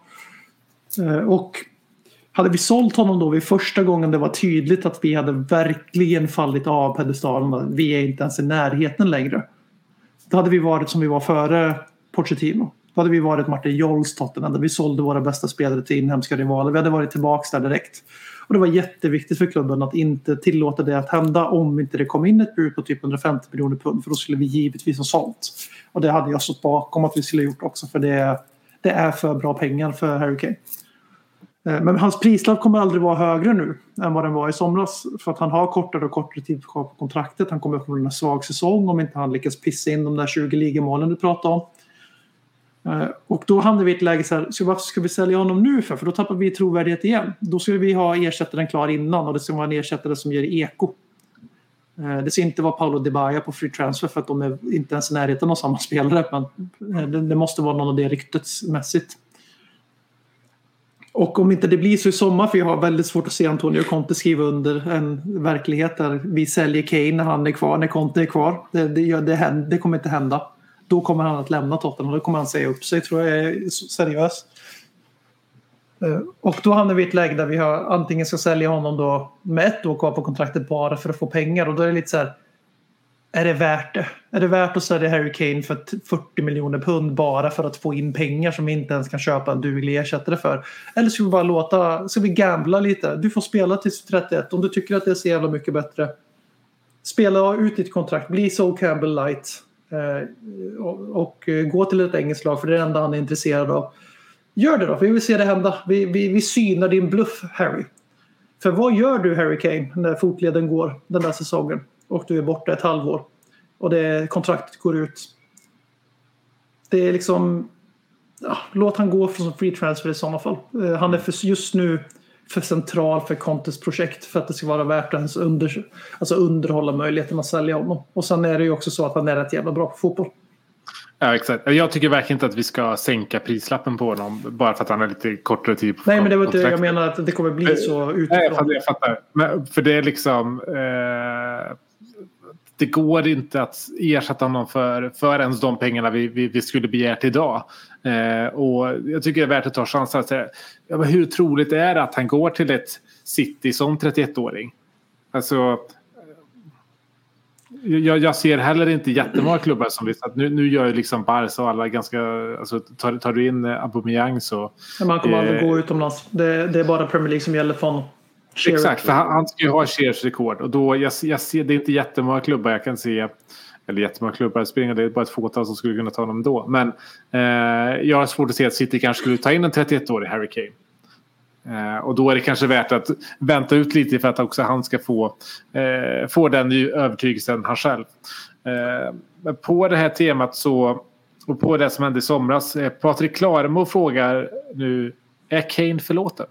S4: Och hade vi sålt honom då vid första gången det var tydligt att vi hade verkligen fallit av pedestalen, vi är inte ens i närheten längre, då hade vi varit som vi var före Pochettino. Då hade vi varit Martin Jols Tottenham, där vi sålde våra bästa spelare till inhemska rivaler. Vi hade varit tillbaka där direkt. Och det var jätteviktigt för klubben att inte tillåta det att hända om inte det kom in ett bud på typ hundrafemtio miljoner pund, för då skulle vi givetvis ha sålt. Och det hade jag stått bakom att vi skulle ha gjort också, för det, det är för bra pengar för Harry Kane. Men hans prislapp kommer aldrig vara högre nu än vad den var i somras, för att han har kortare och kortare tid kvar på kontraktet. Han kommer få en svag säsong om inte han lyckas pissa in de där tjugo ligamålen du pratade om. Och då hamnar vi i ett läge så här, så varför ska vi sälja honom nu för? För då tappar vi trovärdighet igen. Då skulle vi ha ersättaren klar innan, och det ska vara en ersättare som ger eko. Det ska inte vara Paulo Dybala på free transfer, för att de är inte ens i närheten av samma spelare, men det måste vara någon av det ryktesmässigt. Och om inte det blir så i sommar, för jag har väldigt svårt att se Antonio Conte skriva under en verklighet där vi säljer Kane när han är kvar, när Conte är kvar. Det, det, det, det kommer inte hända. Då kommer han att lämna Tottenham, och då kommer han säga upp sig, tror jag är seriös. Och då hamnar vi i ett läge där vi har antingen ska sälja honom då med ett år kvar på kontraktet bara för att få pengar, och då är det lite så här, är det värt det? Är det värt att sälja Harry Kane för fyrtio miljoner pund bara för att få in pengar som vi inte ens kan köpa en duglig ersättare för? Eller ska vi bara låta, ska vi gambla lite? Du får spela tills trettioett om du tycker att det är så jävla mycket bättre. Spela ut ditt kontrakt, bli Sol Campbell light eh, och, och gå till ett engelskt lag för det är det enda han är intresserad av. Gör det då, vi vill se det hända. Vi, vi, vi synar din bluff, Harry. För vad gör du, Harry Kane, när fotleden går den där säsongen och du är borta ett halvår och det kontraktet går ut? Det är liksom, ja, låt han gå från free transfer i sådana fall. Eh, han är för, just nu för central för Contes projekt för att det ska vara värt att under, alltså underhålla möjligheten att sälja honom. Och sen är det ju också så att han är rätt jävla bra på fotboll.
S3: Ja, exakt. Jag tycker verkligen inte att vi ska sänka prislappen på honom bara för att han har lite kortare tid på.
S4: Nej, men det var inte, jag menar att det kommer bli så utifrån.
S3: Nej, jag fattar. Jag fattar. Men för det är liksom eh, det går inte att ersätta honom för, för ens de pengarna vi, vi, vi skulle begärt idag. Eh, och jag tycker det är värt att ta chansen att säga, ja, men hur troligt är det att han går till ett City som trettioett-åring? Alltså Jag, jag ser heller inte jättemånga klubbar som visst att nu, nu gör ju liksom Barca och alla ganska, alltså tar, tar du in Aubameyang så
S4: men man kommer
S3: eh,
S4: aldrig gå utomlands. Det, det är bara Premier League som gäller för honom.
S3: Exakt, för han, han ska ju ha Shears rekord och då jag, jag ser det är inte jättemånga klubbar jag kan se, eller jättemånga klubbar springer, det är bara ett fåtal som skulle kunna ta honom då, men eh, jag har svårt att se att City kanske skulle ta in en trettioett-årig Harry Kane. Uh, och då är det kanske värt att vänta ut lite för att också han ska få, uh, få den övertygelsen han själv. Uh, på det här temat så, och på det som hände i somras, uh, Patrik Klaremo frågar nu, är Kane förlåten?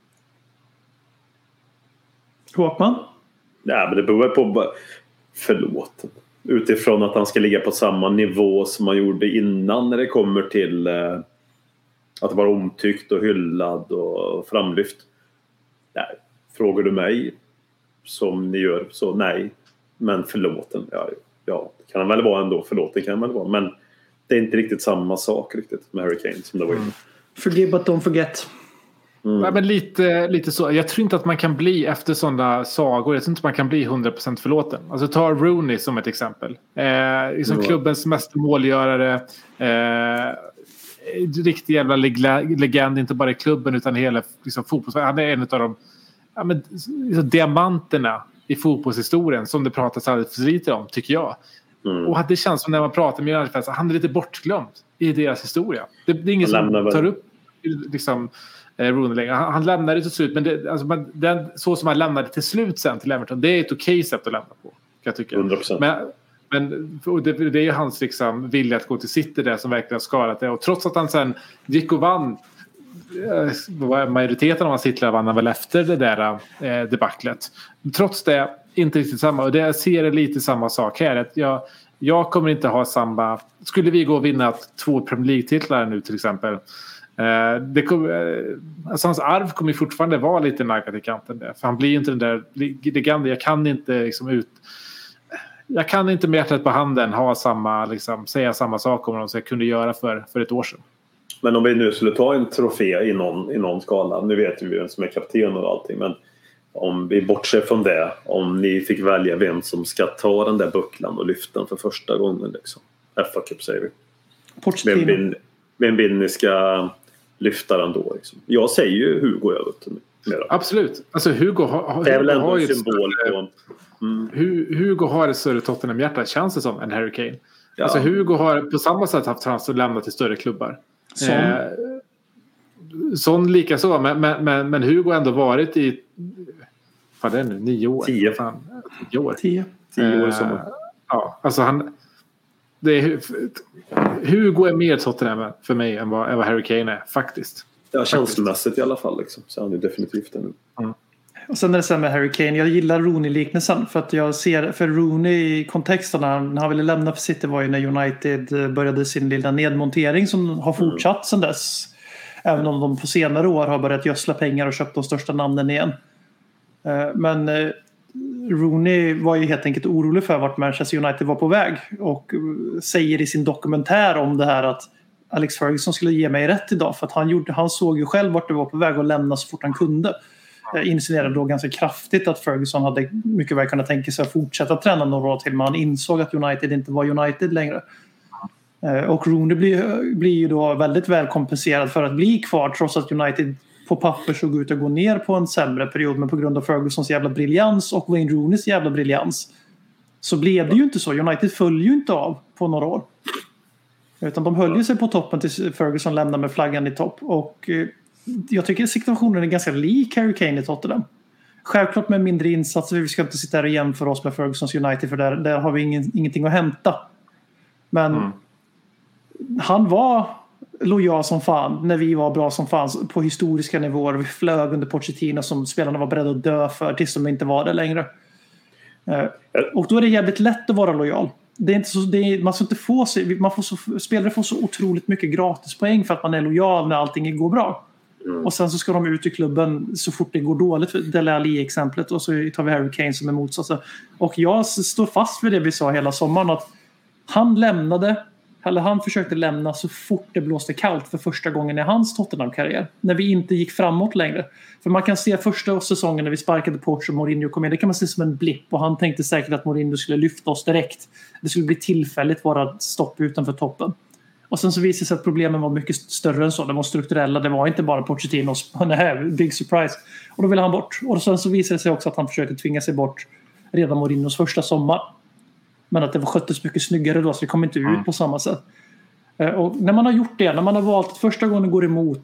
S4: Håkman?
S5: Nej, men det beror på förlåten. Utifrån att han ska ligga på samma nivå som man gjorde innan när det kommer till uh, att vara omtyckt och hyllad och framlyft. Nej, frågar du mig som ni gör så nej. Men förlåten, ja, ja det kan han väl vara ändå. Förlåten kan han väl vara. Men det är inte riktigt samma sak riktigt med Harry Kane som det var innan. Mm.
S4: Forgive but don't forget.
S3: Mm. Ja, men lite, lite så. Jag tror inte att man kan bli efter sådana sagor. Jag tror inte man kan bli hundra procent förlåten. Alltså ta Rooney som ett exempel. Eh, liksom mm. klubbens mest målgörare. Eh, riktig jävla legend, inte bara i klubben utan hela liksom, fotbolls. Han är en av de ja, men, liksom, diamanterna i fotbollshistorien som det pratas alldeles för lite om, tycker jag. Mm. Och det känns som när man pratar med United, han är lite bortglömd i deras historia. Det, det är ingen som tar väl. upp liksom, eh, Rooney längre. Han, han lämnade till slut, men det, alltså, man, den, så som han lämnade till slut sen till Everton, det är ett okej sätt att lämna på, kan jag tycka.
S5: hundra procent.
S3: Men Men det, det är ju hans liksom, vilja att gå till City där som verkligen har skadat det. Och trots att han sen gick och vann, majoriteten av hans titlar vann han väl efter det där eh, debaclet. Trots det, inte riktigt samma. Och det, jag ser det lite samma sak här. Att jag, jag kommer inte ha samma... Skulle vi gå och vinna två Premier League-titlar nu till exempel. Eh, det kom, eh, alltså hans arv kommer ju fortfarande vara lite naggat i kanten där. För han blir ju inte den där legenden. Jag kan inte liksom ut... Jag kan inte med hjärtat på handen ha samma, liksom, säga samma sak om de som jag kunde göra för, för ett år sedan.
S5: Men om vi nu skulle ta en trofé i någon, i någon skala, nu vet vi vem som är kapten och allting, men om vi bortser från det, om ni fick välja vem som ska ta den där bucklan och lyfta den för första gången liksom. F A Cup säger vi. Vem vill, vem vill ni ska lyfta den då liksom? Jag säger ju Hugo över.
S3: Absolut. Alltså Hugo har,
S5: det är väl
S3: Hugo har ju
S5: en symbol på...
S3: Mm. Hugo har ett större Tottenham-hjärta, känns det som, än Harry Kane. Ja. Alltså Hugo har på samma sätt haft chans att lämna till större klubbar. Sån, eh, sån lika så. Men, men, men Hugo har ändå varit i vad är det nu? Nio år?
S5: Tio.
S3: Fan, tio år.
S4: Tio.
S5: Tio år som
S3: eh, ja, alltså han... Det är, Hugo är mer Tottenham för mig än vad, än vad Harry Kane är, faktiskt.
S5: Ja, känslomässigt i alla fall. Liksom. Så han är definitivt det nu.
S3: Mm.
S4: Och sen är det så med Harry Kane. Jag gillar Rooney-liknelsen för att jag ser, för Rooney i kontexten när han ville lämna för City var ju när United började sin lilla nedmontering som har fortsatt mm. sedan dess. Även om de på senare år har börjat gödsla pengar och köpt de största namnen igen. Men Rooney var ju helt enkelt orolig för vart Manchester United var på väg och säger i sin dokumentär om det här att Alex Ferguson skulle ge mig rätt idag för att han, gjorde, han såg ju själv vart det var på väg och lämna så fort han kunde. insinuerade då ganska kraftigt att Ferguson hade mycket väl kunnat tänka sig att fortsätta träna några år till. Men han insåg att United inte var United längre. Och Rooney blir, blir ju då väldigt väl kompenserad för att bli kvar trots att United på papper såg ut att gå ner på en sämre period, men på grund av Fergusons jävla briljans och Wayne Rooneys jävla briljans så blev det ju inte så. United följer ju inte av på några år. Utan de höll ju sig på toppen till Ferguson lämnade med flaggan i topp. Och eh, jag tycker situationen är ganska lik Harry Kane i Tottenham. Självklart med mindre insatser. Vi ska inte sitta här och jämföra oss med Fergusons United för där, där har vi ingen, ingenting att hämta. Men mm. han var lojal som fan när vi var bra som fan på historiska nivåer. Vi flög under Pochettino som spelarna var beredda att dö för tills de inte var det längre. Eh, och då är det jävligt lätt att vara lojal. Det är inte så, det är, man ska inte få sig, man får så, spelare får så otroligt mycket gratispoäng för att man är lojal när allting går bra. Mm. Och sen så ska de ut i klubben så fort det går dåligt. Dele Alli-exemplet och så tar vi Harry Kane som är motsats. Och jag står fast vid det vi sa hela sommaren att han lämnade eller han försökte lämna så fort det blåste kallt för första gången i hans Tottenham-karriär. När vi inte gick framåt längre. För man kan se första säsongen när vi sparkade Poch och Mourinho kom in. Det kan man se som en blipp och han tänkte säkert att Mourinho skulle lyfta oss direkt. Det skulle bli tillfälligt vara stopp utanför toppen. Och sen så visade det sig att problemen var mycket större än så. Det var strukturella, det var inte bara Pochettinos big surprise. Och då ville han bort. Och sen så visade det sig också att han försökte tvinga sig bort redan Mourinhos första sommar. Men att det var sköttes mycket snyggare då så det kom inte ut mm. på samma sätt. Och när man har gjort det, när man har valt att första gången går emot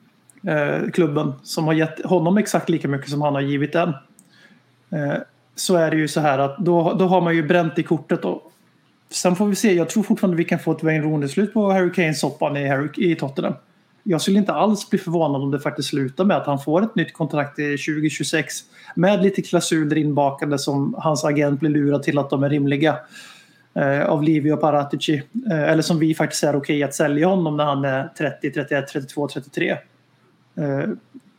S4: eh, klubben som har gett honom exakt lika mycket som han har givit den. Eh, så är det ju så här att då, då har man ju bränt i kortet och sen får vi se, jag tror fortfarande vi kan få ett Wayne Rooney-slut på Harry Kane-soppan i, Harry, i Tottenham. Jag skulle inte alls bli förvånad om det faktiskt slutar med att han får ett nytt kontrakt i tjugo tjugosex med lite klausuler inbakade som hans agent blir lurad till att de är rimliga eh, av Livio Paratici eh, eller som vi faktiskt är okej att sälja honom när han är trettio, trettioett, trettiotvå, trettiotre eh,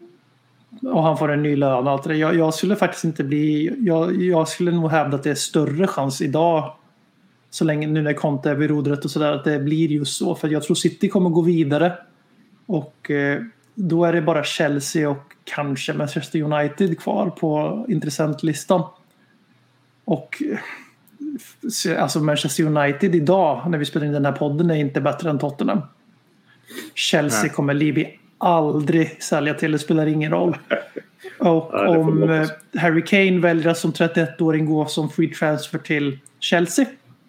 S4: och han får en ny lön och allt det. Jag, jag skulle faktiskt inte bli jag, jag skulle nog hävda att det är större chans idag så länge nu när Conte är vid rodret och sådär att det blir just så, för jag tror City kommer gå vidare. Och eh, då är det bara Chelsea och kanske Manchester United kvar på intressantlistan. Och eh, alltså Manchester United idag när vi spelar in den här podden är inte bättre än Tottenham. Chelsea Nej. kommer Libi aldrig sälja till, det spelar ingen roll. Och Nej, om eh, Harry Kane väljer att som trettioett-åring gå som free transfer till Chelsea,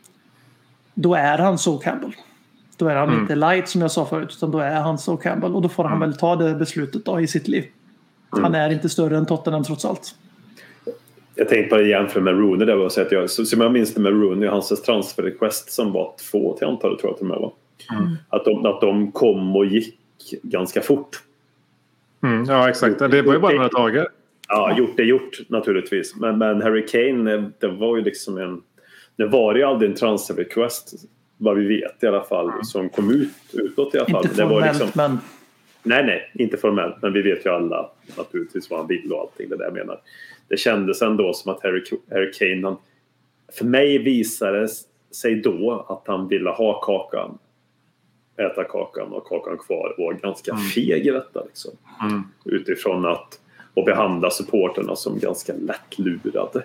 S4: då är han så Campbell. Då är han mm. inte light som jag sa förut, utan då är han så Campbell. Och då får han mm. väl ta det beslutet då i sitt liv. Mm. Han är inte större än Tottenham trots allt.
S5: Jag tänkte bara jämföra med Rooney där och säga att jag, som jag minns det med Rooney och hans transfer request som var två till antalet tror jag till och med var. Mm. Att, de, att de kom och gick ganska fort.
S3: Mm, ja exakt, det var ju bara några dagar.
S5: Ja, gjort det gjort naturligtvis. Men, men Harry Kane, det var ju liksom en... Det var ju aldrig en transfer request vad vi vet i alla fall som kom ut utåt i alla fall.
S4: Inte formellt,
S5: det var liksom,
S4: men...
S5: Nej, nej, inte formellt. Men vi vet ju alla naturligtvis vad han vill och allting det där jag menar. Det kändes ändå som att Harry, Harry Kane, han, för mig visade sig då att han ville ha kakan, äta kakan och kakan kvar och var ganska mm. feg i detta liksom. Mm. Utifrån att och behandla supporterna som ganska lättlurade.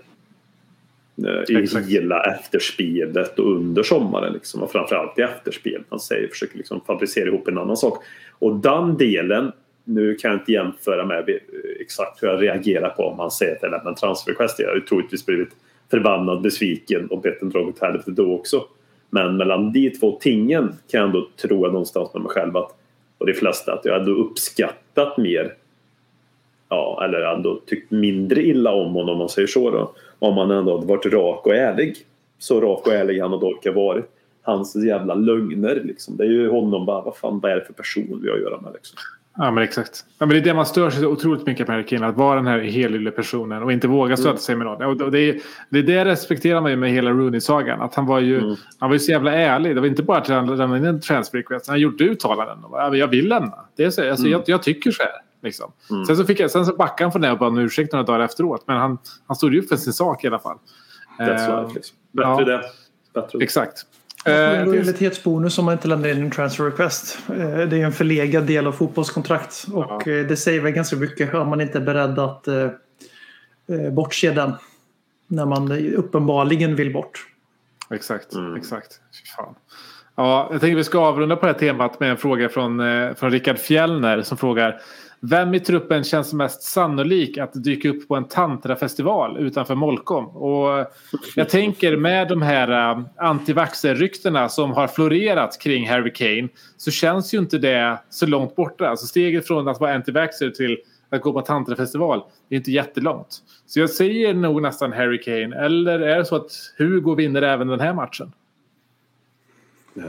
S5: I Exakt. hela efterspelet och under sommaren liksom, och framförallt i efterspel man säger, försöker liksom fabricera ihop en annan sak och den delen, nu kan jag inte jämföra med exakt hur jag reagerar på om han säger att det är en transferrequest. Jag har ju troligtvis blivit förbannad, besviken och bett en drag åt helvete då också, men mellan de två tingen kan jag ändå tro jag någonstans med mig själv att, och de flesta, att jag ändå uppskattat mer ja, eller ändå tyckt mindre illa om honom om man säger så då. Om han ändå hade varit rak och ärlig. Så rak och ärlig han och Dolka varit. Hans jävla lögner liksom. Det är ju honom bara, vad fan, vad är det för person vi har att göra med liksom.
S3: Ja men exakt. Ja, men det är det man stör sig så otroligt mycket på Harry Kane. Att vara den här helylle personen och inte våga stöta mm. sig med någon. Och det är det, är det respekterar man ju med hela Rooney-sagan. Att han var ju mm. han var ju så jävla ärlig. Det var inte bara att han lämnade en transfer request. Han gjorde uttalanden. Och jag vill lämna. Det är så, alltså, mm. jag, jag tycker så här. Liksom. Mm. Sen så fick jag, sen så backade han från det och bara en ursäkt några dagar efteråt. Men han, han stod ju upp för sin sak i alla fall.
S5: That's right, liksom. Bättre ja. det. Bättre.
S3: Exakt.
S4: En lojalitetsbonus om man inte lämnar in en transfer request. Det är en förlegad del av fotbollskontrakt. Och ja. Det säger väl ganska mycket om man inte är beredd att eh, bortse den. När man uppenbarligen vill bort.
S3: Exakt, mm. exakt. Fan. Ja, jag tänker vi ska avrunda på det här temat med en fråga från, eh, från Rickard Fjellner som frågar: vem i truppen känns mest sannolik att dyka upp på en tantrafestival utanför Molkom? Och jag tänker med de här uh, antivaxer-ryktena som har florerat kring Harry Kane, så känns ju inte det så långt borta. Alltså steget från att vara antivaxer till att gå på en tantrafestival är inte jättelångt. Så jag säger nog nästan Harry Kane. Eller är det så att Hugo vinner även den här matchen?
S4: Uh,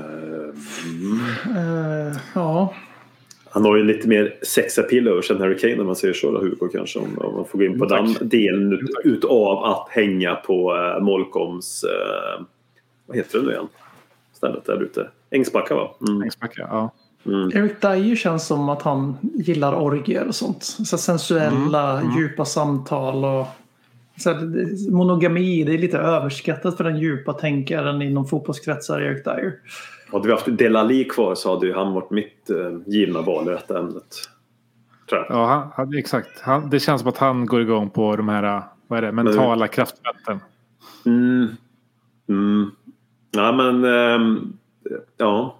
S4: uh, ja...
S5: Han har ju lite mer sexappeal över sen Harry Kane, om man säger så, då, Hugo kanske, om, om man får gå in på mm, den tack. delen ut, utav att hänga på uh, Molkoms uh, vad heter det nu igen? Stället där ute. Ängsbacka, va? Mm.
S3: Ängsbacka, ja.
S4: Mm. Eric Dyer känns som att han gillar orgier och sånt. Så sensuella, mm. Mm. djupa samtal och så här, monogami, det är lite överskattat för den djupa tänkaren inom fotbollskretsar, Eric Dyer.
S5: Hade vi haft Delali kvar så hade ju han varit mitt eh, givna val i detta ämnet. Tror jag.
S3: Ja, han, det, han, det känns som att han går igång på de här, vad är det, mentala men, kraftmätten.
S5: Mm. Mm. Ja, men eh, ja.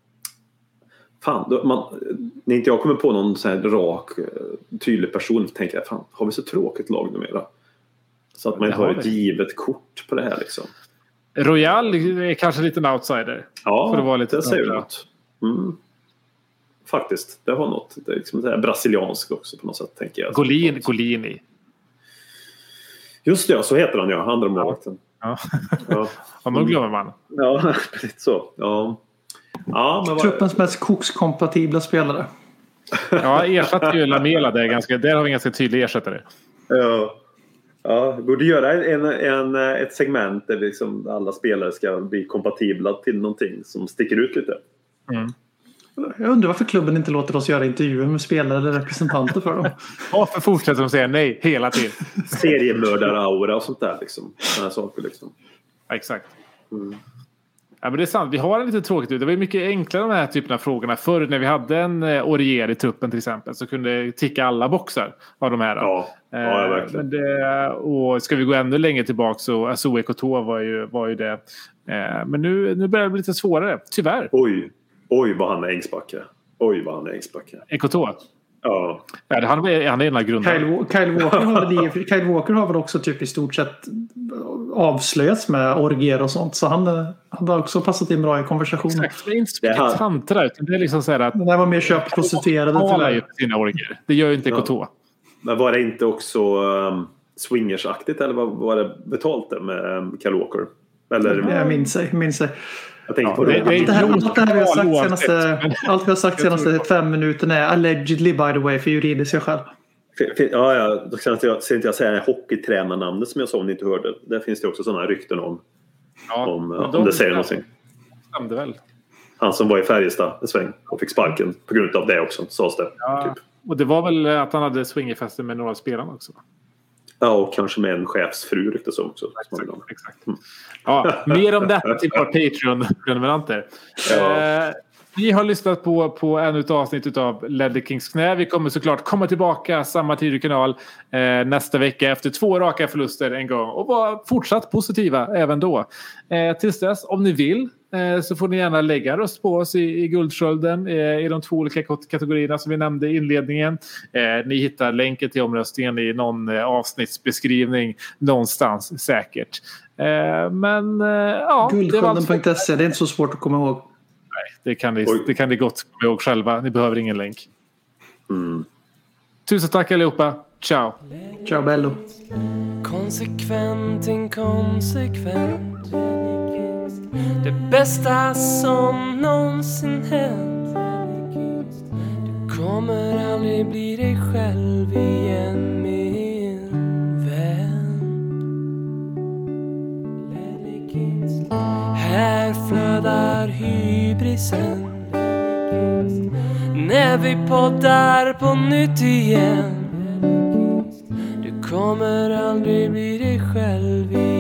S5: Fan, då, man, när inte jag kommer på någon så här rak, tydlig person, tänker jag, fan, har vi så tråkigt lag numera? Så att man inte har ett givet kort på det här liksom.
S3: Royal är kanske lite en outsider.
S5: Ja,
S3: för det, var lite
S5: det säger något. Mm. Faktiskt, det har något. Det är liksom det här brasiliansk också på något sätt, tänker jag.
S3: Golini. Golini.
S5: Just det, så heter han, ja. Andra målvakten.
S3: Ja, ja. ja men glömmer man.
S5: Ja, precis så. Ja. Ja, men var...
S4: Truppens mest kokskompatibla spelare.
S3: Ja, ersatte ju Lamela där, ganska, där har vi en ganska tydlig ersättare.
S5: Ja. Ja, borde göra en, en, ett segment där liksom alla spelare ska bli kompatibla till någonting som sticker ut lite.
S3: Mm.
S4: Jag undrar varför klubben inte låter oss göra intervjuer med spelare eller representanter för dem.
S3: Varför fortsätter de säga nej hela tiden?
S5: Seriemördar-aura och sånt där liksom. Såna saker liksom.
S3: Ja, exakt.
S5: Mm.
S3: Ja, men det är sant. Vi har en lite tråkigt ut. Det var mycket enklare de här typerna av frågorna förr när vi hade en Orier i truppen till exempel, så kunde ticka alla boxar av de här.
S5: Ja, ja, ja verkligen.
S3: Men det, och ska vi gå ännu längre tillbaka så Azoe Koto var ju, var ju det. Men nu, nu börjar det bli lite svårare, tyvärr.
S5: Oj, oj vad han är Ängsbacka. Oj vad han är Ängsbacka.
S3: Ekoto.
S5: Ja.
S3: Ja, han är han är en av grundarna.
S4: Kyle, Kyle, Walker har väl, Kyle Walker har väl också typ i stort sett avslöjats med orgier och sånt, så han, han har också passat in bra i konversationen.
S3: Exakt, det är inte så mycket tantra, utan det är liksom så här att
S4: det var mer köpt prostituerade
S3: till sina orgier. Det gör ju inte Ekoto. Ja.
S5: Men var det inte också um, swingersaktigt, eller var, var det betalt det med um, Kyle Walker? Eller
S4: jag minns sig, minns sig.
S5: Jag tänkte
S3: ja,
S5: på det.
S3: det, det
S4: allt, det här, allt det här vi har sagt senaste, allt vi har sagt senaste fem minuterna är allegedly, by the way, för juridiska själv.
S5: Ja, ja, då kan jag, ser inte jag säga hockeytränarnamnet som jag sa om ni inte hörde. Där finns det också sådana rykten om,
S3: ja,
S5: om, om det säger någonting.
S3: Stämde väl.
S5: Han som var i Färjestad en sväng och fick sparken på grund av det också, sades det.
S3: Ja,
S5: typ.
S3: Och det var väl att han hade swingerfester med några spelare också.
S5: Ja, och kanske med en chefsfru ryktas också.
S3: Exakt, exakt. Mm. Ja, mer om detta till våra Patreon-prenumeranter.
S5: Ja.
S3: Eh, vi har lyssnat på, på ännu ett avsnitt av Ledley Kings knä. Vi kommer såklart komma tillbaka samma tid i kanal eh, nästa vecka efter två raka förluster en gång. Och vara fortsatt positiva även då. Eh, tills dess, om ni vill, eh, så får ni gärna lägga röst på oss i, i Guldskölden eh, i de två olika kategorierna som vi nämnde i inledningen. Eh, ni hittar länken till omröstningen i någon eh, avsnittsbeskrivning någonstans säkert. Eh, men eh, ja,
S4: Guldskölden punkt se, det är inte så svårt att komma ihåg.
S3: Nej, det kan ni, det kan ni gott komma ihåg själva. Ni behöver ingen länk.
S5: Mm.
S3: Tusen tack allihopa. Ciao.
S4: Ciao bello.
S2: Konsekvent, inkonsekvent. Det bästa som någonsin hänt. Du kommer aldrig bli dig själv igen, min vän. Här flödar hybrisen när vi poddar på nytt igen. Du kommer aldrig bli dig själv igen.